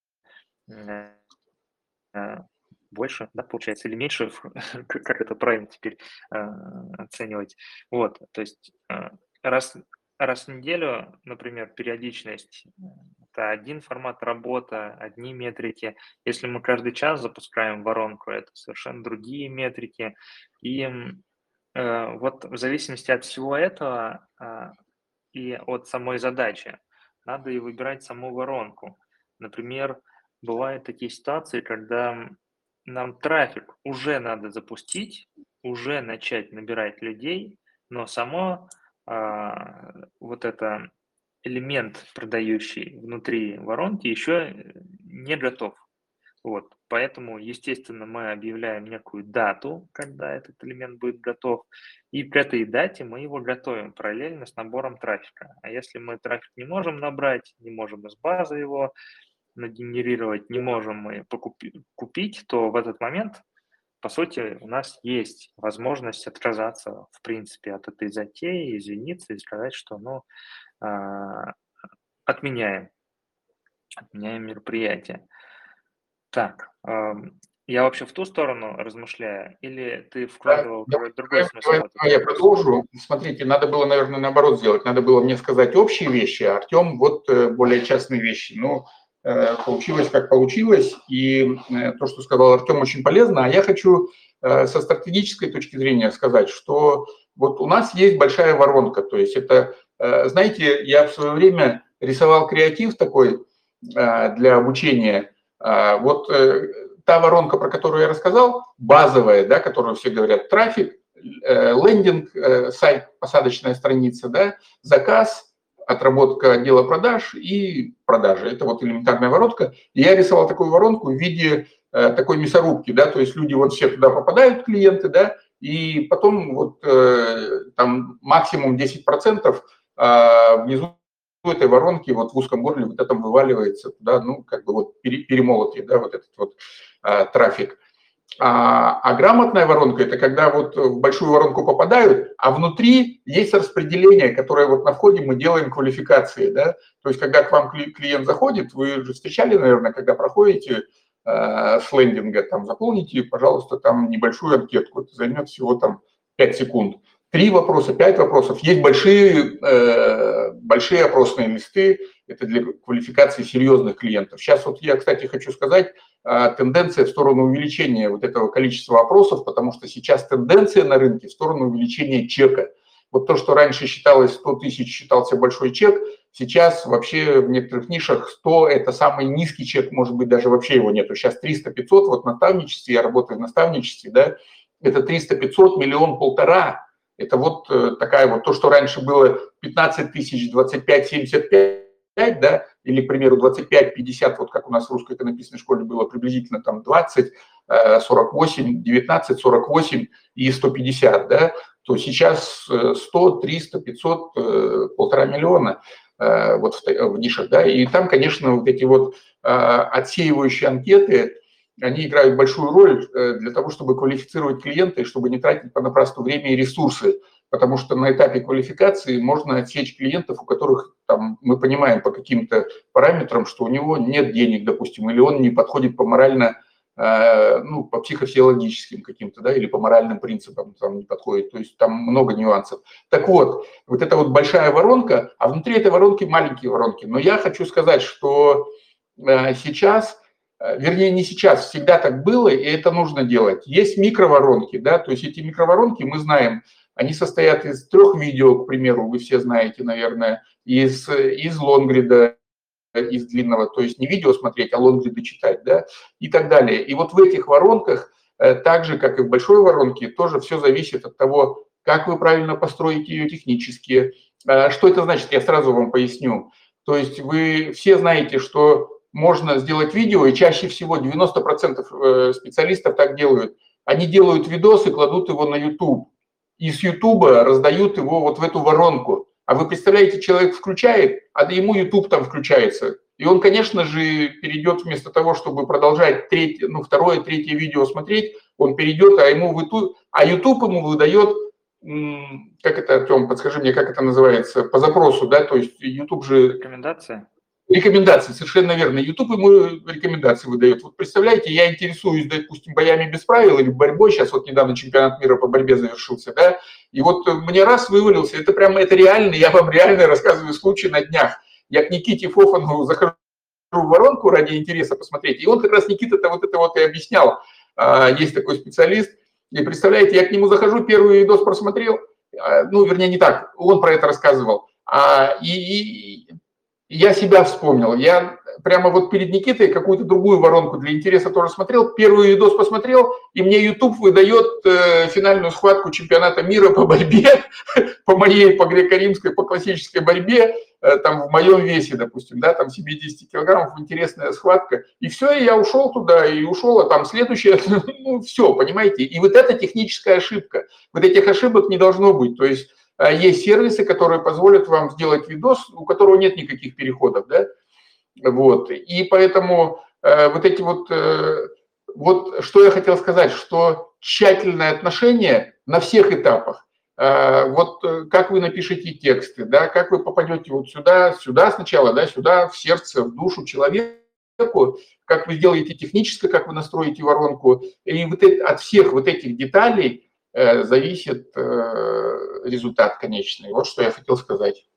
э, э, больше, да, получается, или меньше, как это правильно теперь э, оценивать. Вот, то есть э, раз, раз в неделю, например, периодичность – это один формат работы, одни метрики. Если мы каждый час запускаем воронку, это совершенно другие метрики. И э, вот в зависимости от всего этого э, и от самой задачи надо и выбирать саму воронку. Например, бывают такие ситуации, когда нам трафик уже надо запустить, уже начать набирать людей, но само а, вот это элемент, продающий внутри воронки, еще не готов. Вот, поэтому, естественно, мы объявляем некую дату, когда этот элемент будет готов, и к этой дате мы его готовим параллельно с набором трафика. А если мы трафик не можем набрать, не можем из базы его нагенерировать, не можем мы покупи- купить, то в этот момент, по сути, у нас есть возможность отказаться, в принципе, от этой затеи, извиниться и сказать, что, ну, а, отменяем, отменяем мероприятие. Так, ам, я вообще в ту сторону размышляю, или ты вкладывал Да, какой-то другой давай, смысл давай, в этот давай я вопрос? продолжу. Смотрите, надо было, наверное, наоборот сделать. Надо было мне сказать общие вещи, а Артем вот э, более частные вещи. Ну, э, получилось, как получилось. И э, то, что сказал Артем, очень полезно. А я хочу э, со стратегической точки зрения сказать, что вот у нас есть большая воронка. То есть это, э, знаете, я в свое время рисовал креатив такой э, для обучения. Э, вот э, та воронка, про которую я рассказал, базовая, да, которую все говорят, трафик, лендинг, сайт, посадочная страница, да, заказ, отработка отдела продаж и продажи. Это вот элементарная воронка. И я рисовал такую воронку в виде э, такой мясорубки, да, то есть люди вот все туда попадают, клиенты, да, и потом вот э, там максимум десять процентов э, внизу этой воронки вот в узком горле вот этом вываливается туда, ну, как бы вот перемолотый, да, вот этот вот э, трафик. А, а грамотная воронка – это когда вот в большую воронку попадают, а внутри есть распределение, которое вот на входе мы делаем квалификации, да. То есть когда к вам клиент заходит, вы же встречали, наверное, когда проходите э, с лендинга, там заполните, пожалуйста, там небольшую анкетку, это займет всего там пять секунд. Три вопроса, пять вопросов. Есть большие, э, большие опросные листы, это для квалификации серьезных клиентов. Сейчас вот я, кстати, хочу сказать, тенденция в сторону увеличения вот этого количества опросов, потому что сейчас тенденция на рынке в сторону увеличения чека. Вот то, что раньше считалось сто тысяч, считался большой чек, сейчас вообще в некоторых нишах сто – это самый низкий чек, может быть, даже вообще его нету. Сейчас триста-пятьсот, вот в наставничестве, я работаю в наставничестве, да, это триста-пятьсот, миллион, полтора. Это вот такая вот, то, что раньше было пятнадцать тысяч, двадцать пять, семьдесят пять, да, или, к примеру, двадцать пять пятьдесят, вот как у нас в русской иконописной школе было приблизительно там двадцать, сорок восемь, девятнадцать, сорок восемь и сто пятьдесят, да, то сейчас сто, триста, пятьсот, полтора миллиона вот в, в нишах, да, и там, конечно, вот эти вот отсеивающие анкеты, они играют большую роль для того, чтобы квалифицировать клиента и чтобы не тратить понапрасну время и ресурсы. Потому что на этапе квалификации можно отсечь клиентов, у которых там, мы понимаем по каким-то параметрам, что у него нет денег, допустим, или он не подходит по морально, э, ну, по психофизиологическим каким-то, да, или по моральным принципам там не подходит. То есть там много нюансов. Так вот, вот это вот большая воронка, а внутри этой воронки маленькие воронки. Но я хочу сказать, что э, сейчас... Вернее, не сейчас, всегда так было, и это нужно делать. Есть микроворонки, да, то есть эти микроворонки, мы знаем, они состоят из трех видео, к примеру, вы все знаете, наверное, из, из лонгрида, из длинного, то есть не видео смотреть, а лонгриды читать, да, и так далее. И вот в этих воронках, так же, как и в большой воронке, тоже все зависит от того, как вы правильно построите ее технически. Что это значит, я сразу вам поясню. То есть вы все знаете, что можно сделать видео, и чаще всего девяносто процентов специалистов так делают. Они делают видос и кладут его на YouTube. И с YouTube раздают его вот в эту воронку. А вы представляете, человек включает, а ему YouTube там включается. И он, конечно же, перейдет вместо того, чтобы продолжать третье, ну, второе, третье видео смотреть, он перейдет, а ему в YouTube, а YouTube ему выдает, как это, Артем, подскажи мне, как это называется, по запросу, да, то есть YouTube же... Рекомендация? Рекомендации, совершенно верно. YouTube ему рекомендации выдает. Вот представляете, я интересуюсь, допустим, боями без правил или борьбой. Сейчас вот недавно чемпионат мира по борьбе завершился, да. И вот мне раз вывалился, это прямо, это реально, я вам реально рассказываю случай на днях. Я к Никите Фофану захожу в воронку ради интереса посмотреть, и он как раз, Никита-то вот это вот и объяснял. Есть такой специалист, и представляете, я к нему захожу, первый видос просмотрел, ну, вернее, не так, он про это рассказывал. И... и я себя вспомнил. Я прямо вот перед Никитой какую-то другую воронку для интереса тоже смотрел. Первый видос посмотрел, и мне YouTube выдает э, финальную схватку чемпионата мира по борьбе, по моей, по греко-римской, по классической борьбе, э, там в моем весе, допустим, да, там семьдесят килограммов, интересная схватка. И все, и я ушел туда, и ушел, а там следующее, ну, все, понимаете. И вот это техническая ошибка. Вот этих ошибок не должно быть. То есть есть сервисы, которые позволят вам сделать видос, у которого нет никаких переходов, да, вот, и поэтому э, вот эти вот, э, вот что я хотел сказать, что тщательное отношение на всех этапах, э, вот как вы напишите тексты, да, как вы попадете вот сюда, сюда сначала, да, сюда, в сердце, в душу человеку, как вы сделаете технически, как вы настроите воронку, и вот это, от всех вот этих деталей зависит результат конечный. Вот что я хотел сказать.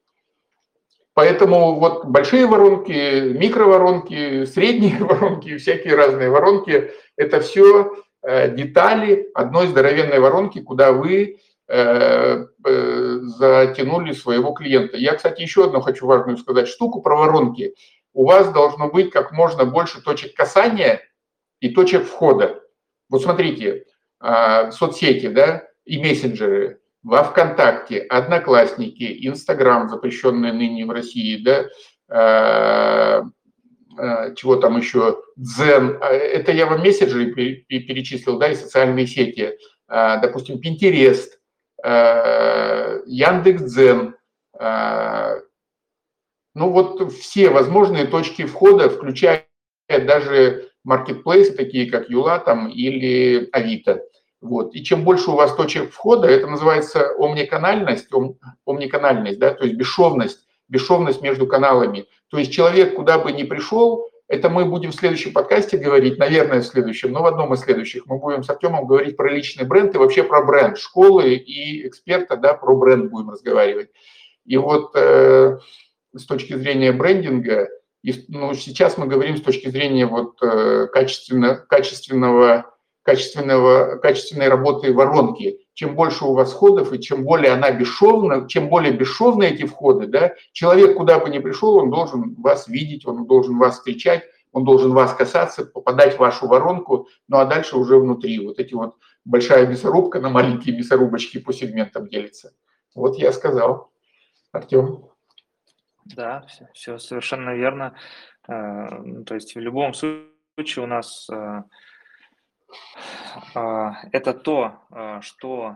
Поэтому вот большие воронки, микроворонки, средние воронки, всякие разные воронки – это все детали одной здоровенной воронки, куда вы затянули своего клиента. Я, кстати, еще одну хочу важную сказать штуку про воронки. У вас должно быть как можно больше точек касания и точек входа. Вот смотрите, соцсети, да, и мессенджеры во ВКонтакте, Одноклассники, Инстаграм, запрещенный ныне в России, да, чего там еще, Дзен, это я вам мессенджеры перечислил, да, и социальные сети, допустим, Pinterest, Яндекс.Дзен, ну вот все возможные точки входа, включая даже маркетплейсы, такие как Юла там или Авито. Вот. И чем больше у вас точек входа, это называется омниканальность, ом, омниканальность, да, то есть бесшовность, бесшовность между каналами. То есть человек куда бы ни пришел, это мы будем в следующем подкасте говорить, наверное, в следующем, но в одном из следующих мы будем с Артемом говорить про личный бренд и вообще про бренд школы и эксперта, да, про бренд будем разговаривать. И вот э, с точки зрения брендинга, и, ну, сейчас мы говорим с точки зрения вот, э, качественно, качественного, качественного, качественной работы воронки. Чем больше у вас входов, и чем более она бесшовна, чем более бесшовны эти входы, да, человек куда бы ни пришел, он должен вас видеть, он должен вас встречать, он должен вас касаться, попадать в вашу воронку, ну а дальше уже внутри. Вот эти вот большая мясорубка на маленькие мясорубочки по сегментам делится. Вот я сказал. Артем? Да, все, все совершенно верно. То есть в любом случае у нас это то, что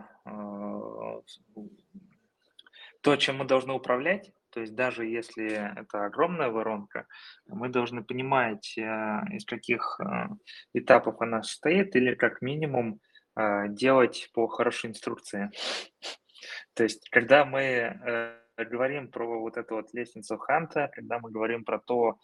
то, чем мы должны управлять. То есть даже если это огромная воронка, мы должны понимать, из каких этапов она состоит, или как минимум делать по хорошей инструкции. То есть когда мы говорим про вот эту вот лестницу Ханта, когда мы говорим про то,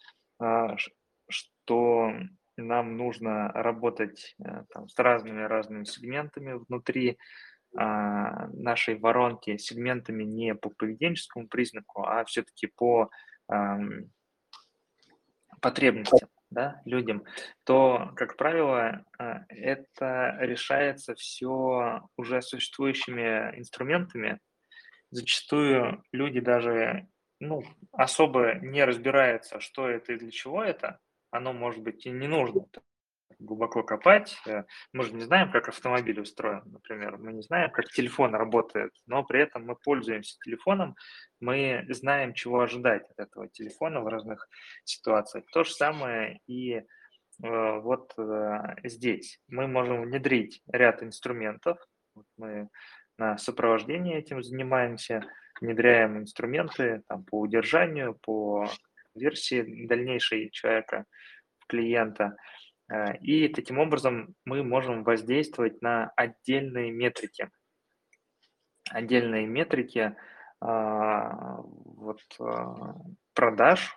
что нам нужно работать там, с разными-разными сегментами внутри нашей воронки, сегментами не по поведенческому признаку, а все-таки по эм, потребностям, да, людям, то, как правило, это решается все уже существующими инструментами. Зачастую люди даже ну, особо не разбираются, что это и для чего это. Оно, может быть, и не нужно глубоко копать. Мы же не знаем, как автомобиль устроен, например. Мы не знаем, как телефон работает, но при этом мы пользуемся телефоном, мы знаем, чего ожидать от этого телефона в разных ситуациях. То же самое и э, вот э, здесь. Мы можем внедрить ряд инструментов. Вот мы на сопровождении этим занимаемся, внедряем инструменты там, по удержанию, по версии дальнейшей человека, клиента. И таким образом мы можем воздействовать на отдельные метрики. Отдельные метрики а, вот, а, продаж.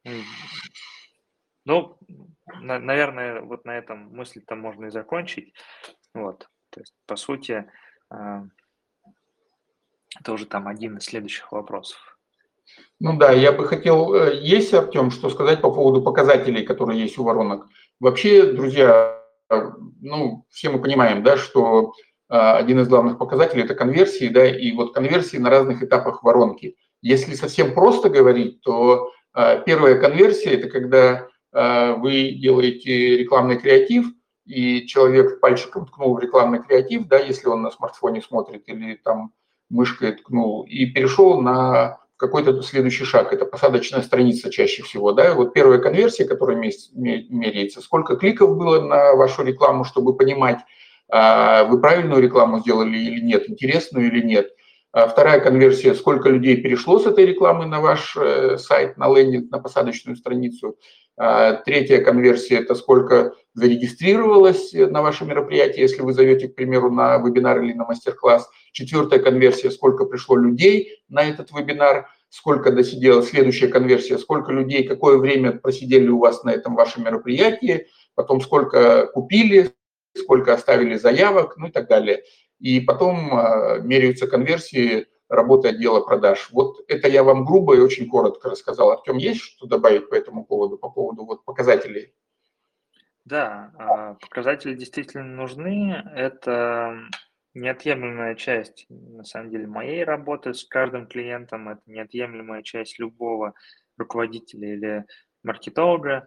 Ну, на, наверное, вот на этом мысль-то можно и закончить. Вот. То есть, по сути, а, это уже там один из следующих вопросов. Ну да, я бы хотел, есть, Артем, что сказать по поводу показателей, которые есть у воронок. Вообще, друзья, ну, все мы понимаем, да, что один из главных показателей – это конверсии, да, и вот конверсии на разных этапах воронки. Если совсем просто говорить, то первая конверсия – это когда вы делаете рекламный креатив, и человек пальчиком ткнул в рекламный креатив, да, если он на смартфоне смотрит или там мышкой ткнул, и перешел на какой-то следующий шаг. Это посадочная страница чаще всего. Да? Вот первая конверсия, которая меряется, сколько кликов было на вашу рекламу, чтобы понимать, вы правильную рекламу сделали или нет, интересную или нет. Вторая конверсия, сколько людей перешло с этой рекламы на ваш сайт, на лендинг, на посадочную страницу. Третья конверсия – это сколько зарегистрировалось на ваше мероприятие, если вы зовете, к примеру, на вебинар или на мастер-класс. Четвертая конверсия – сколько пришло людей на этот вебинар, сколько досидело. Следующая конверсия – сколько людей, какое время просидели у вас на этом вашем мероприятии, потом сколько купили, сколько оставили заявок, ну и так далее. И потом меряются конверсии работы отдела продаж. Вот это я вам грубо и очень коротко рассказал. Артем, есть что добавить по этому поводу, по поводу вот показателей? Да, показатели действительно нужны. Это неотъемлемая часть, на самом деле, моей работы с каждым клиентом. Это неотъемлемая часть любого руководителя или маркетолога.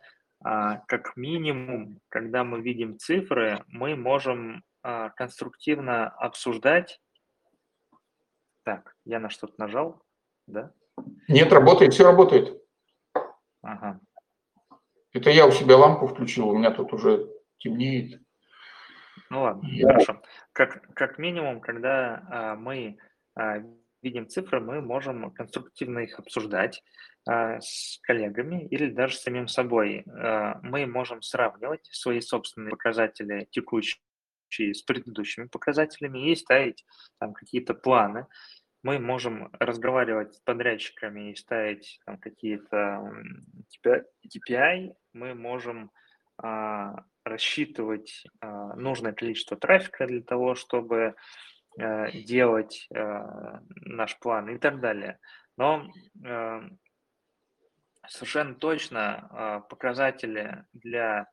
Как минимум, когда мы видим цифры, мы можем конструктивно обсуждать. Так, я на что-то нажал, да? Нет, работает, все работает. Ага. Это я у себя лампу включил, у меня тут уже темнеет. Ну ладно, Я- хорошо. Как, как минимум, когда а, мы а, видим цифры, мы можем конструктивно их обсуждать а, с коллегами или даже с самим собой. А, мы можем сравнивать свои собственные показатели текущие с предыдущими показателями и ставить там какие-то планы. Мы можем разговаривать с подрядчиками и ставить там какие-то м, кей пи ай. Мы можем а, рассчитывать а, нужное количество трафика для того, чтобы э, делать э, наш план и так далее. Но э, совершенно точно а, показатели для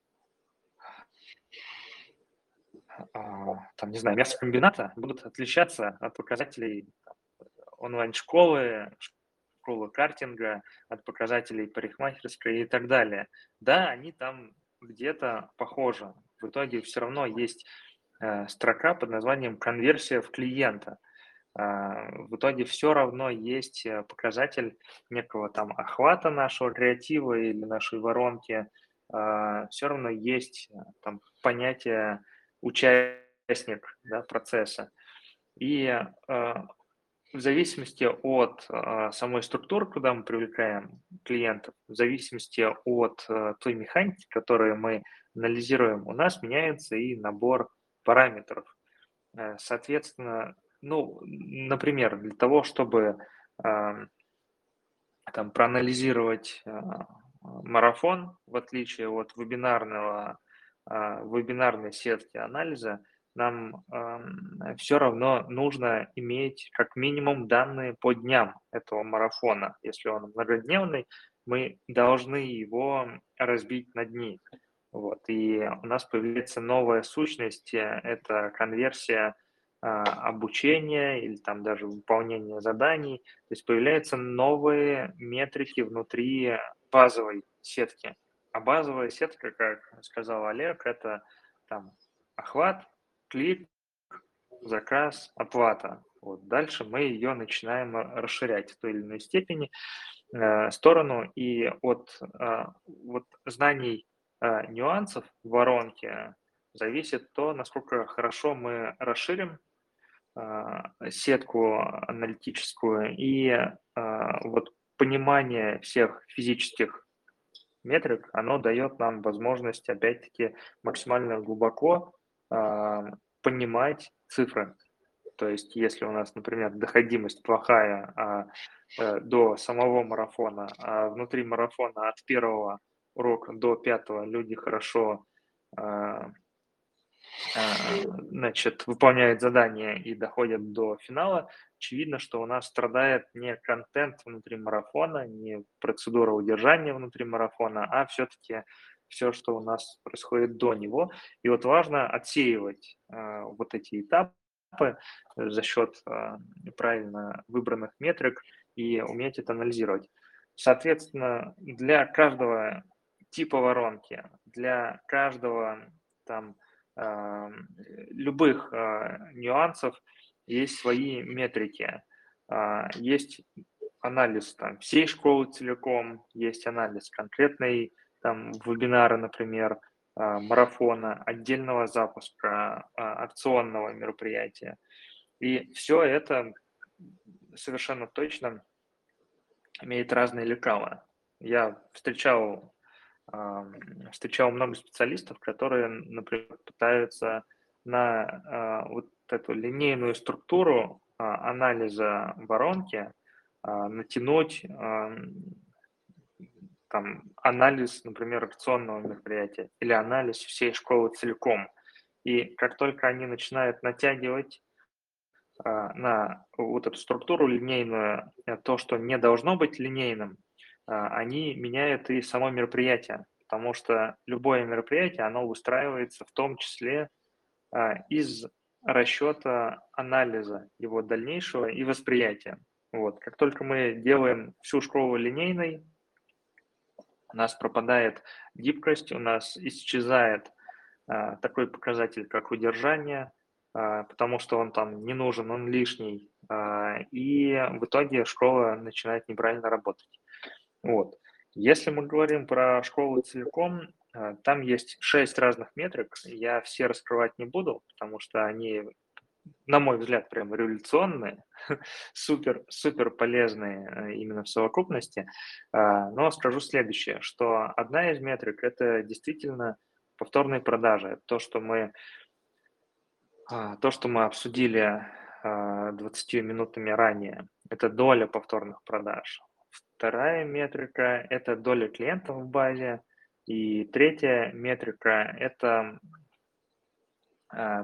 а, там, не знаю, мясокомбината будут отличаться от показателей там, онлайн-школы, школы картинга, от показателей парикмахерской и так далее. Да, они там где-то похожи. В итоге все равно есть э, строка под названием «конверсия в клиента». А, в итоге все равно есть э, показатель некого там охвата нашего креатива или нашей воронки. Все равно есть э, там понятие участник, да, процесса. И э, в зависимости от а, самой структуры, куда мы привлекаем клиентов, в зависимости от а, той механики, которую мы анализируем, у нас меняется и набор параметров. Э, Соответственно, ну, например, для того, чтобы а, там, проанализировать а, марафон, в отличие от вебинарного, а, вебинарной сетки анализа, нам все равно нужно иметь как минимум данные по дням этого марафона. Если он многодневный, мы должны его разбить на дни. Вот. И у нас появляется новая сущность, э, это конверсия а, обучения или там даже выполнения заданий. То есть появляются новые метрики внутри базовой сетки. А базовая сетка, как сказал Олег, это там охват, клик, заказ, оплата. Вот. Дальше мы ее начинаем расширять в той или иной степени э, сторону. И от э, вот знаний э, нюансов воронки зависит то, насколько хорошо мы расширим а, сетку аналитическую и а, вот понимание всех физических метрик, оно дает нам возможность, опять-таки, максимально глубоко а, понимать цифры. То есть, если у нас, например, доходимость плохая а, э, до самого марафона, а внутри марафона от первого урока до пятого люди хорошо а, а, значит, выполняют задания и доходят до финала, очевидно, что у нас страдает не контент внутри марафона, не процедура удержания внутри марафона, а все-таки все, что у нас происходит до него. И вот важно отсеивать а, вот эти этапы за счет а, правильно выбранных метрик и уметь это анализировать. Соответственно, для каждого типа воронки, для каждого там а, любых а, нюансов есть свои метрики. А, Есть анализ там, всей школы целиком, есть анализ конкретной там, вебинара, например, а, марафона, отдельного запуска, а, акционного мероприятия. И все это совершенно точно имеет разные лекала. Я встречал встречал много специалистов, которые, например, пытаются на а, вот эту линейную структуру а, анализа воронки а, натянуть а, там, анализ, например, акционного мероприятия или анализ всей школы целиком. И как только они начинают натягивать а, на вот эту структуру линейную, э, то, что не должно быть линейным, а, они меняют и само мероприятие, потому что любое мероприятие, оно выстраивается в том числе а, из расчета анализа его дальнейшего и восприятия. Вот. Как только мы делаем всю школу линейной, у нас пропадает гибкость, у нас исчезает а, такой показатель, как удержание, а, потому что он там не нужен, он лишний, а, и в итоге школа начинает неправильно работать. Вот. Если мы говорим про школу целиком, а, там есть шесть разных метрик, я все раскрывать не буду, потому что они, на мой взгляд, прям революционные, супер, супер полезные э, именно в совокупности. А, Но скажу следующее, что одна из метрик – это действительно повторные продажи. Это То, что мы, а, то, что мы обсудили а, двадцатью минутами ранее, это доля повторных продаж. Вторая метрика – это доля клиентов в базе. И третья метрика – это а,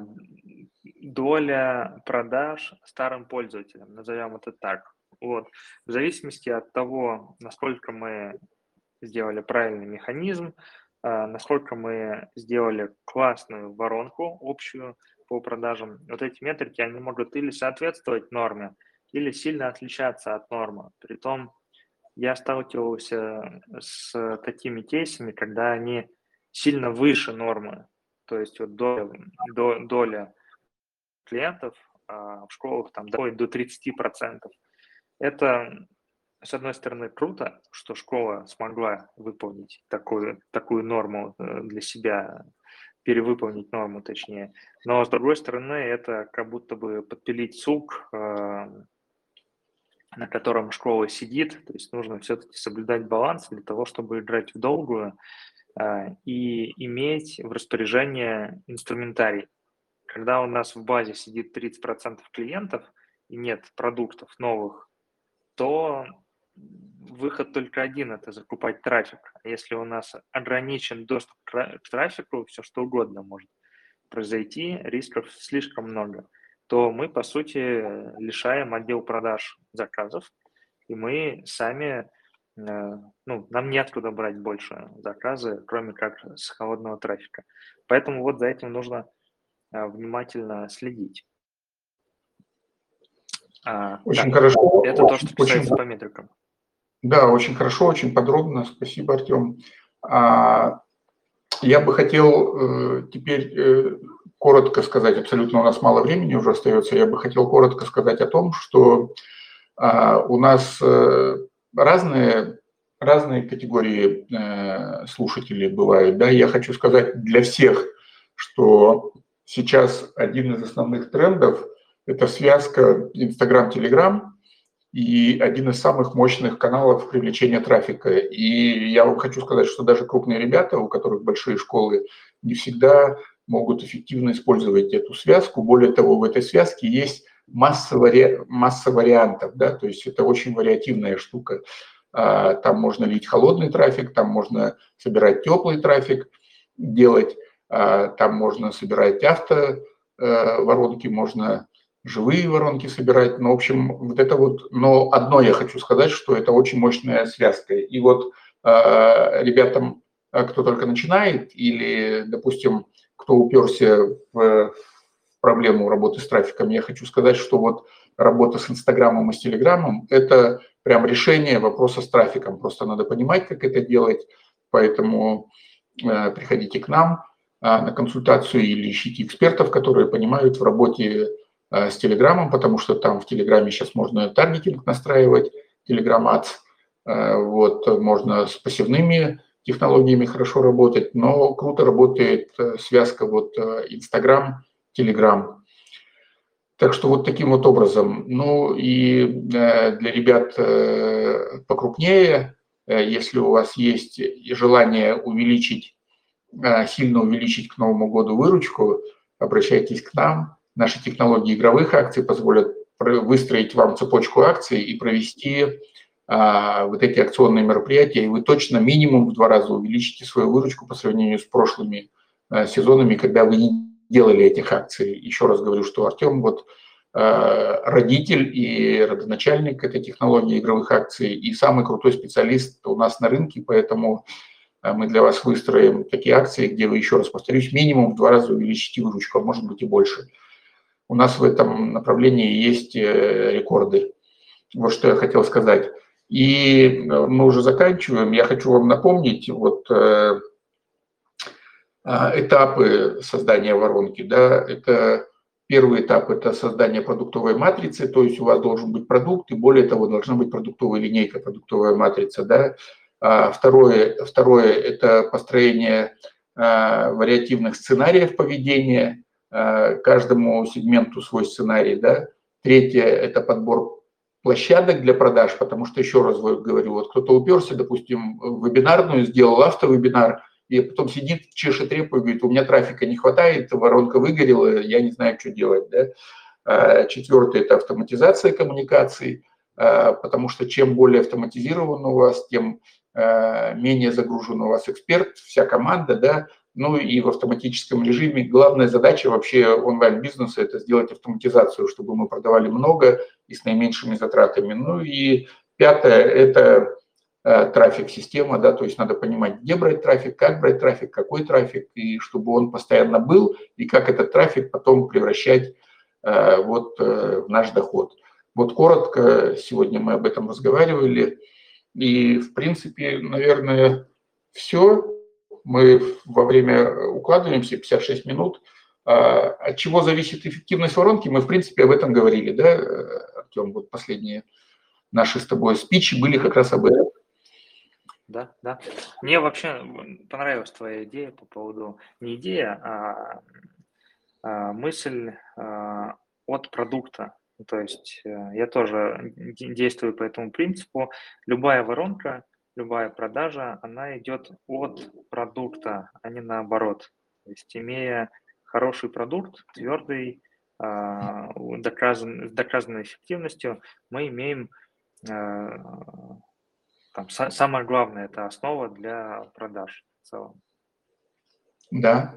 доля продаж старым пользователям, назовем это так. Вот. В зависимости от того, насколько мы сделали правильный механизм, а, насколько мы сделали классную воронку общую по продажам, вот эти метрики, они могут или соответствовать норме, или сильно отличаться от нормы. Притом я сталкивался с такими кейсами, когда они сильно выше нормы. То есть вот доля, до- доля клиентов а, в школах там доходит до тридцати процентов. Это, с одной стороны, круто, что школа смогла выполнить такую, такую норму э, для себя, перевыполнить норму, точнее. Но, с другой стороны, это как будто бы подпилить сук, э, на котором школа сидит. То есть нужно все-таки соблюдать баланс для того, чтобы играть в долгую э, и иметь в распоряжении инструментарий. Когда у нас в базе сидит тридцать процентов клиентов и нет продуктов новых, то выход только один – это закупать трафик. А если у нас ограничен доступ к трафику, все что угодно может произойти, рисков слишком много, то мы, по сути, лишаем отдел продаж заказов, и мы сами, э, ну, нам неоткуда брать больше заказы, кроме как с холодного трафика. Поэтому вот за этим нужно э, внимательно следить. А, Очень да, хорошо, это то, очень, что очень, касается по метрикам. да, очень хорошо, очень подробно. Спасибо, Артем. А, я бы хотел э, теперь э, коротко сказать, абсолютно у нас мало времени уже остается, я бы хотел коротко сказать о том, что а, у нас э, разные, разные категории э, слушателей бывают. Да? Я хочу сказать для всех, что сейчас один из основных трендов – это связка Инстаграм-Телеграм, и один из самых мощных каналов привлечения трафика. И я вам хочу сказать, что даже крупные ребята, у которых большие школы, не всегда могут эффективно использовать эту связку. Более того, в этой связке есть масса, вари... масса вариантов, да, то есть это очень вариативная штука. Там можно лить холодный трафик, там можно собирать теплый трафик, делать, там можно собирать авто воронки, можно живые воронки собирать. Ну, в общем, вот это вот, но одно я хочу сказать, что это очень мощная связка. И вот э, ребятам, кто только начинает, или, допустим, кто уперся в проблему работы с трафиком, я хочу сказать, что вот работа с Инстаграмом и с Телеграмом – это прям решение вопроса с трафиком. Просто надо понимать, как это делать, поэтому э, приходите к нам э, на консультацию или ищите экспертов, которые понимают в работе с Телеграмом, потому что там в Телеграме сейчас можно таргетинг настраивать, Telegram Ads, вот, можно с пассивными технологиями хорошо работать, но круто работает связка вот Instagram, Telegram. Так что вот таким вот образом. Ну и для ребят покрупнее, если у вас есть желание увеличить, сильно увеличить к Новому году выручку, обращайтесь к нам. Наши технологии игровых акций позволят выстроить вам цепочку акций и провести а, вот эти акционные мероприятия, и вы точно минимум в два раза увеличите свою выручку по сравнению с прошлыми а, сезонами, когда вы не делали этих акций. Еще раз говорю, что Артем вот а, родитель и родоначальник этой технологии игровых акций и самый крутой специалист у нас на рынке, поэтому мы для вас выстроим такие акции, где вы, еще раз повторюсь, минимум в два раза увеличите выручку, а может быть и больше. У нас в этом направлении есть рекорды. Вот что я хотел сказать. И мы уже заканчиваем. Я хочу вам напомнить вот этапы создания воронки. Да, это первый этап – это создание продуктовой матрицы, то есть у вас должен быть продукт, и более того, должна быть продуктовая линейка, продуктовая матрица. Да. А второе, второе – это построение а, вариативных сценариев поведения, а, каждому сегменту свой сценарий. Да. Третье – это подбор площадок для продаж, потому что, еще раз говорю, вот кто-то уперся, допустим, в вебинарную, сделал автовебинар, и потом сидит, чешет репу и говорит, у меня трафика не хватает, воронка выгорела, я не знаю, что делать. Да? Четвертое – это автоматизация коммуникаций, потому что чем более автоматизирован у вас, тем менее загружен у вас эксперт, вся команда, да, ну и в автоматическом режиме. Главная задача вообще онлайн-бизнеса – это сделать автоматизацию, чтобы мы продавали много и с наименьшими затратами. Ну и пятое – это трафик система, да, то есть надо понимать, где брать трафик, как брать трафик, какой трафик, и чтобы он постоянно был, и как этот трафик потом превращать э, вот э, в наш доход. Вот коротко, сегодня мы об этом разговаривали, и в принципе, наверное, все. Мы во время укладываемся, пятьдесят шесть минут. А, от чего зависит эффективность воронки, мы в принципе об этом говорили, да, Артем, вот последние наши с тобой спичи были как раз об этом. Да, да. Мне вообще понравилась твоя идея по поводу, не идея, а, а мысль а, от продукта. То есть я тоже действую по этому принципу. Любая воронка, любая продажа, она идет от продукта, а не наоборот. То есть имея хороший продукт, твердый, а, доказан, с доказанной эффективностью, мы имеем... А, Там, самое главное, это основа для продаж в целом. Да.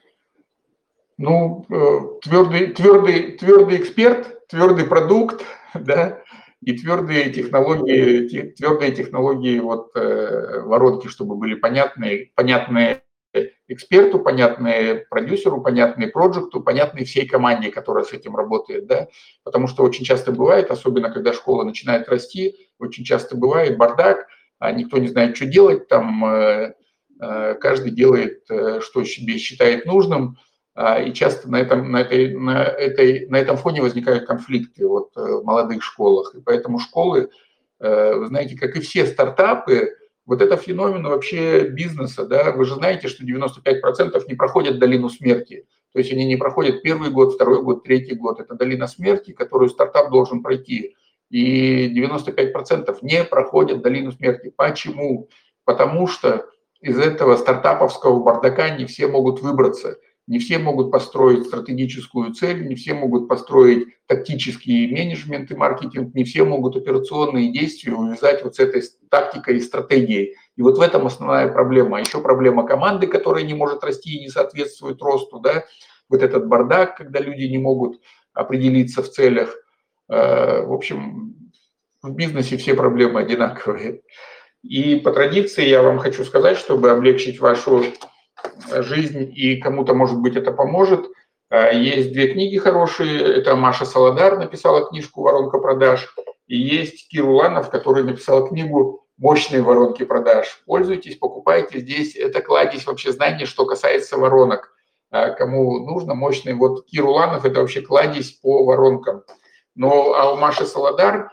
Ну, твердый, твердый, твердый эксперт, твердый продукт, да, и твердые технологии, твердые технологии вот, воронки, чтобы были понятные, понятные эксперту, понятные продюсеру, понятные проекту, понятные всей команде, которая с этим работает, да, потому что очень часто бывает, особенно когда школа начинает расти, очень часто бывает бардак, а никто не знает, что делать, там каждый делает, что себе считает нужным, и часто на этом, на этой, на этой, на этом фоне возникают конфликты вот, в молодых школах, и поэтому школы, вы знаете, как и все стартапы, вот это феномен вообще бизнеса, да, вы же знаете, что девяносто пять процентов не проходят долину смерти, то есть они не проходят первый год, второй год, третий год, это долина смерти, которую стартап должен пройти, и девяносто пять процентов не проходят долину смерти. Почему? Потому что из этого стартаповского бардака не все могут выбраться, не все могут построить стратегическую цель, не все могут построить тактический менеджмент и маркетинг, не все могут операционные действия увязать вот с этой тактикой и стратегией. И вот в этом основная проблема. А еще проблема команды, которая не может расти и не соответствует росту, да, вот этот бардак, когда люди не могут определиться в целях. В общем, в бизнесе все проблемы одинаковые. И по традиции я вам хочу сказать, чтобы облегчить вашу жизнь, и кому-то, может быть, это поможет. Есть две книги хорошие. Это Маша Солодар написала книжку «Воронка продаж», и есть Кир Уланов, который написал книгу «Мощные воронки продаж». Пользуйтесь, покупайте здесь. Это кладезь вообще знаний, что касается воронок. Кому нужно мощные. Вот Кир Уланов – это вообще кладезь по воронкам. Ну, а у Маши Солодар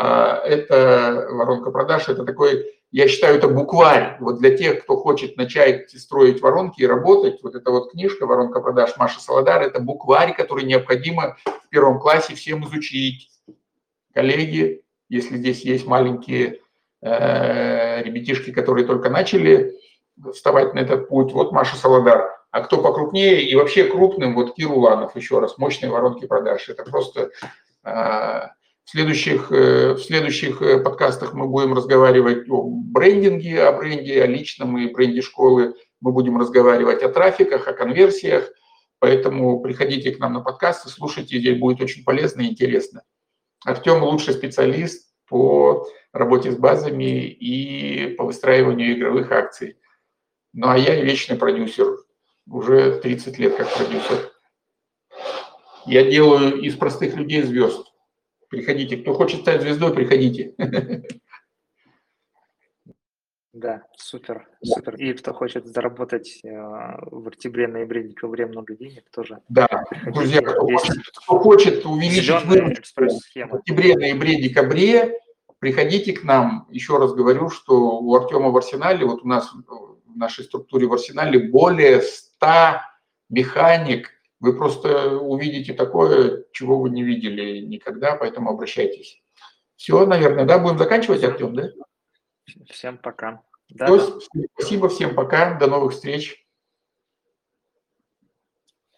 это воронка продаж, это такой, я считаю, это букварь. Вот для тех, кто хочет начать строить воронки и работать, вот эта вот книжка «Воронка продаж» Маши Солодар, это букварь, который необходимо в первом классе всем изучить. Коллеги, если здесь есть маленькие э, ребятишки, которые только начали вставать на этот путь, вот Маша Солодар. А кто покрупнее и вообще крупным, вот Кир Уланов, еще раз, мощные воронки продаж. Это просто... Э, В следующих, в следующих подкастах мы будем разговаривать о брендинге, о бренде, о личном и бренде школы. Мы будем разговаривать о трафиках, о конверсиях. Поэтому приходите к нам на подкасты, слушайте, здесь будет очень полезно и интересно. Артем лучший специалист по работе с базами и по выстраиванию игровых акций. Ну а я вечный продюсер, уже тридцать лет как продюсер. Я делаю из простых людей звезд. Приходите. Кто хочет стать звездой, приходите. Да, супер, супер. И кто хочет заработать э, в октябре-ноябре, декабре много денег, тоже Да, друзья, приходите. кто Есть хочет, кто хочет увеличить зеленая выручку в экспресс-схема. октябре, ноябре, декабре, приходите к нам. Еще раз говорю, что у Артема в Арсенале, вот у нас в нашей структуре в Арсенале более ста механик. Вы просто увидите такое, чего вы не видели никогда, поэтому обращайтесь. Все, наверное, да, будем заканчивать, Артем, да? Всем пока. Да, Все, да. спасибо, всем пока, до новых встреч.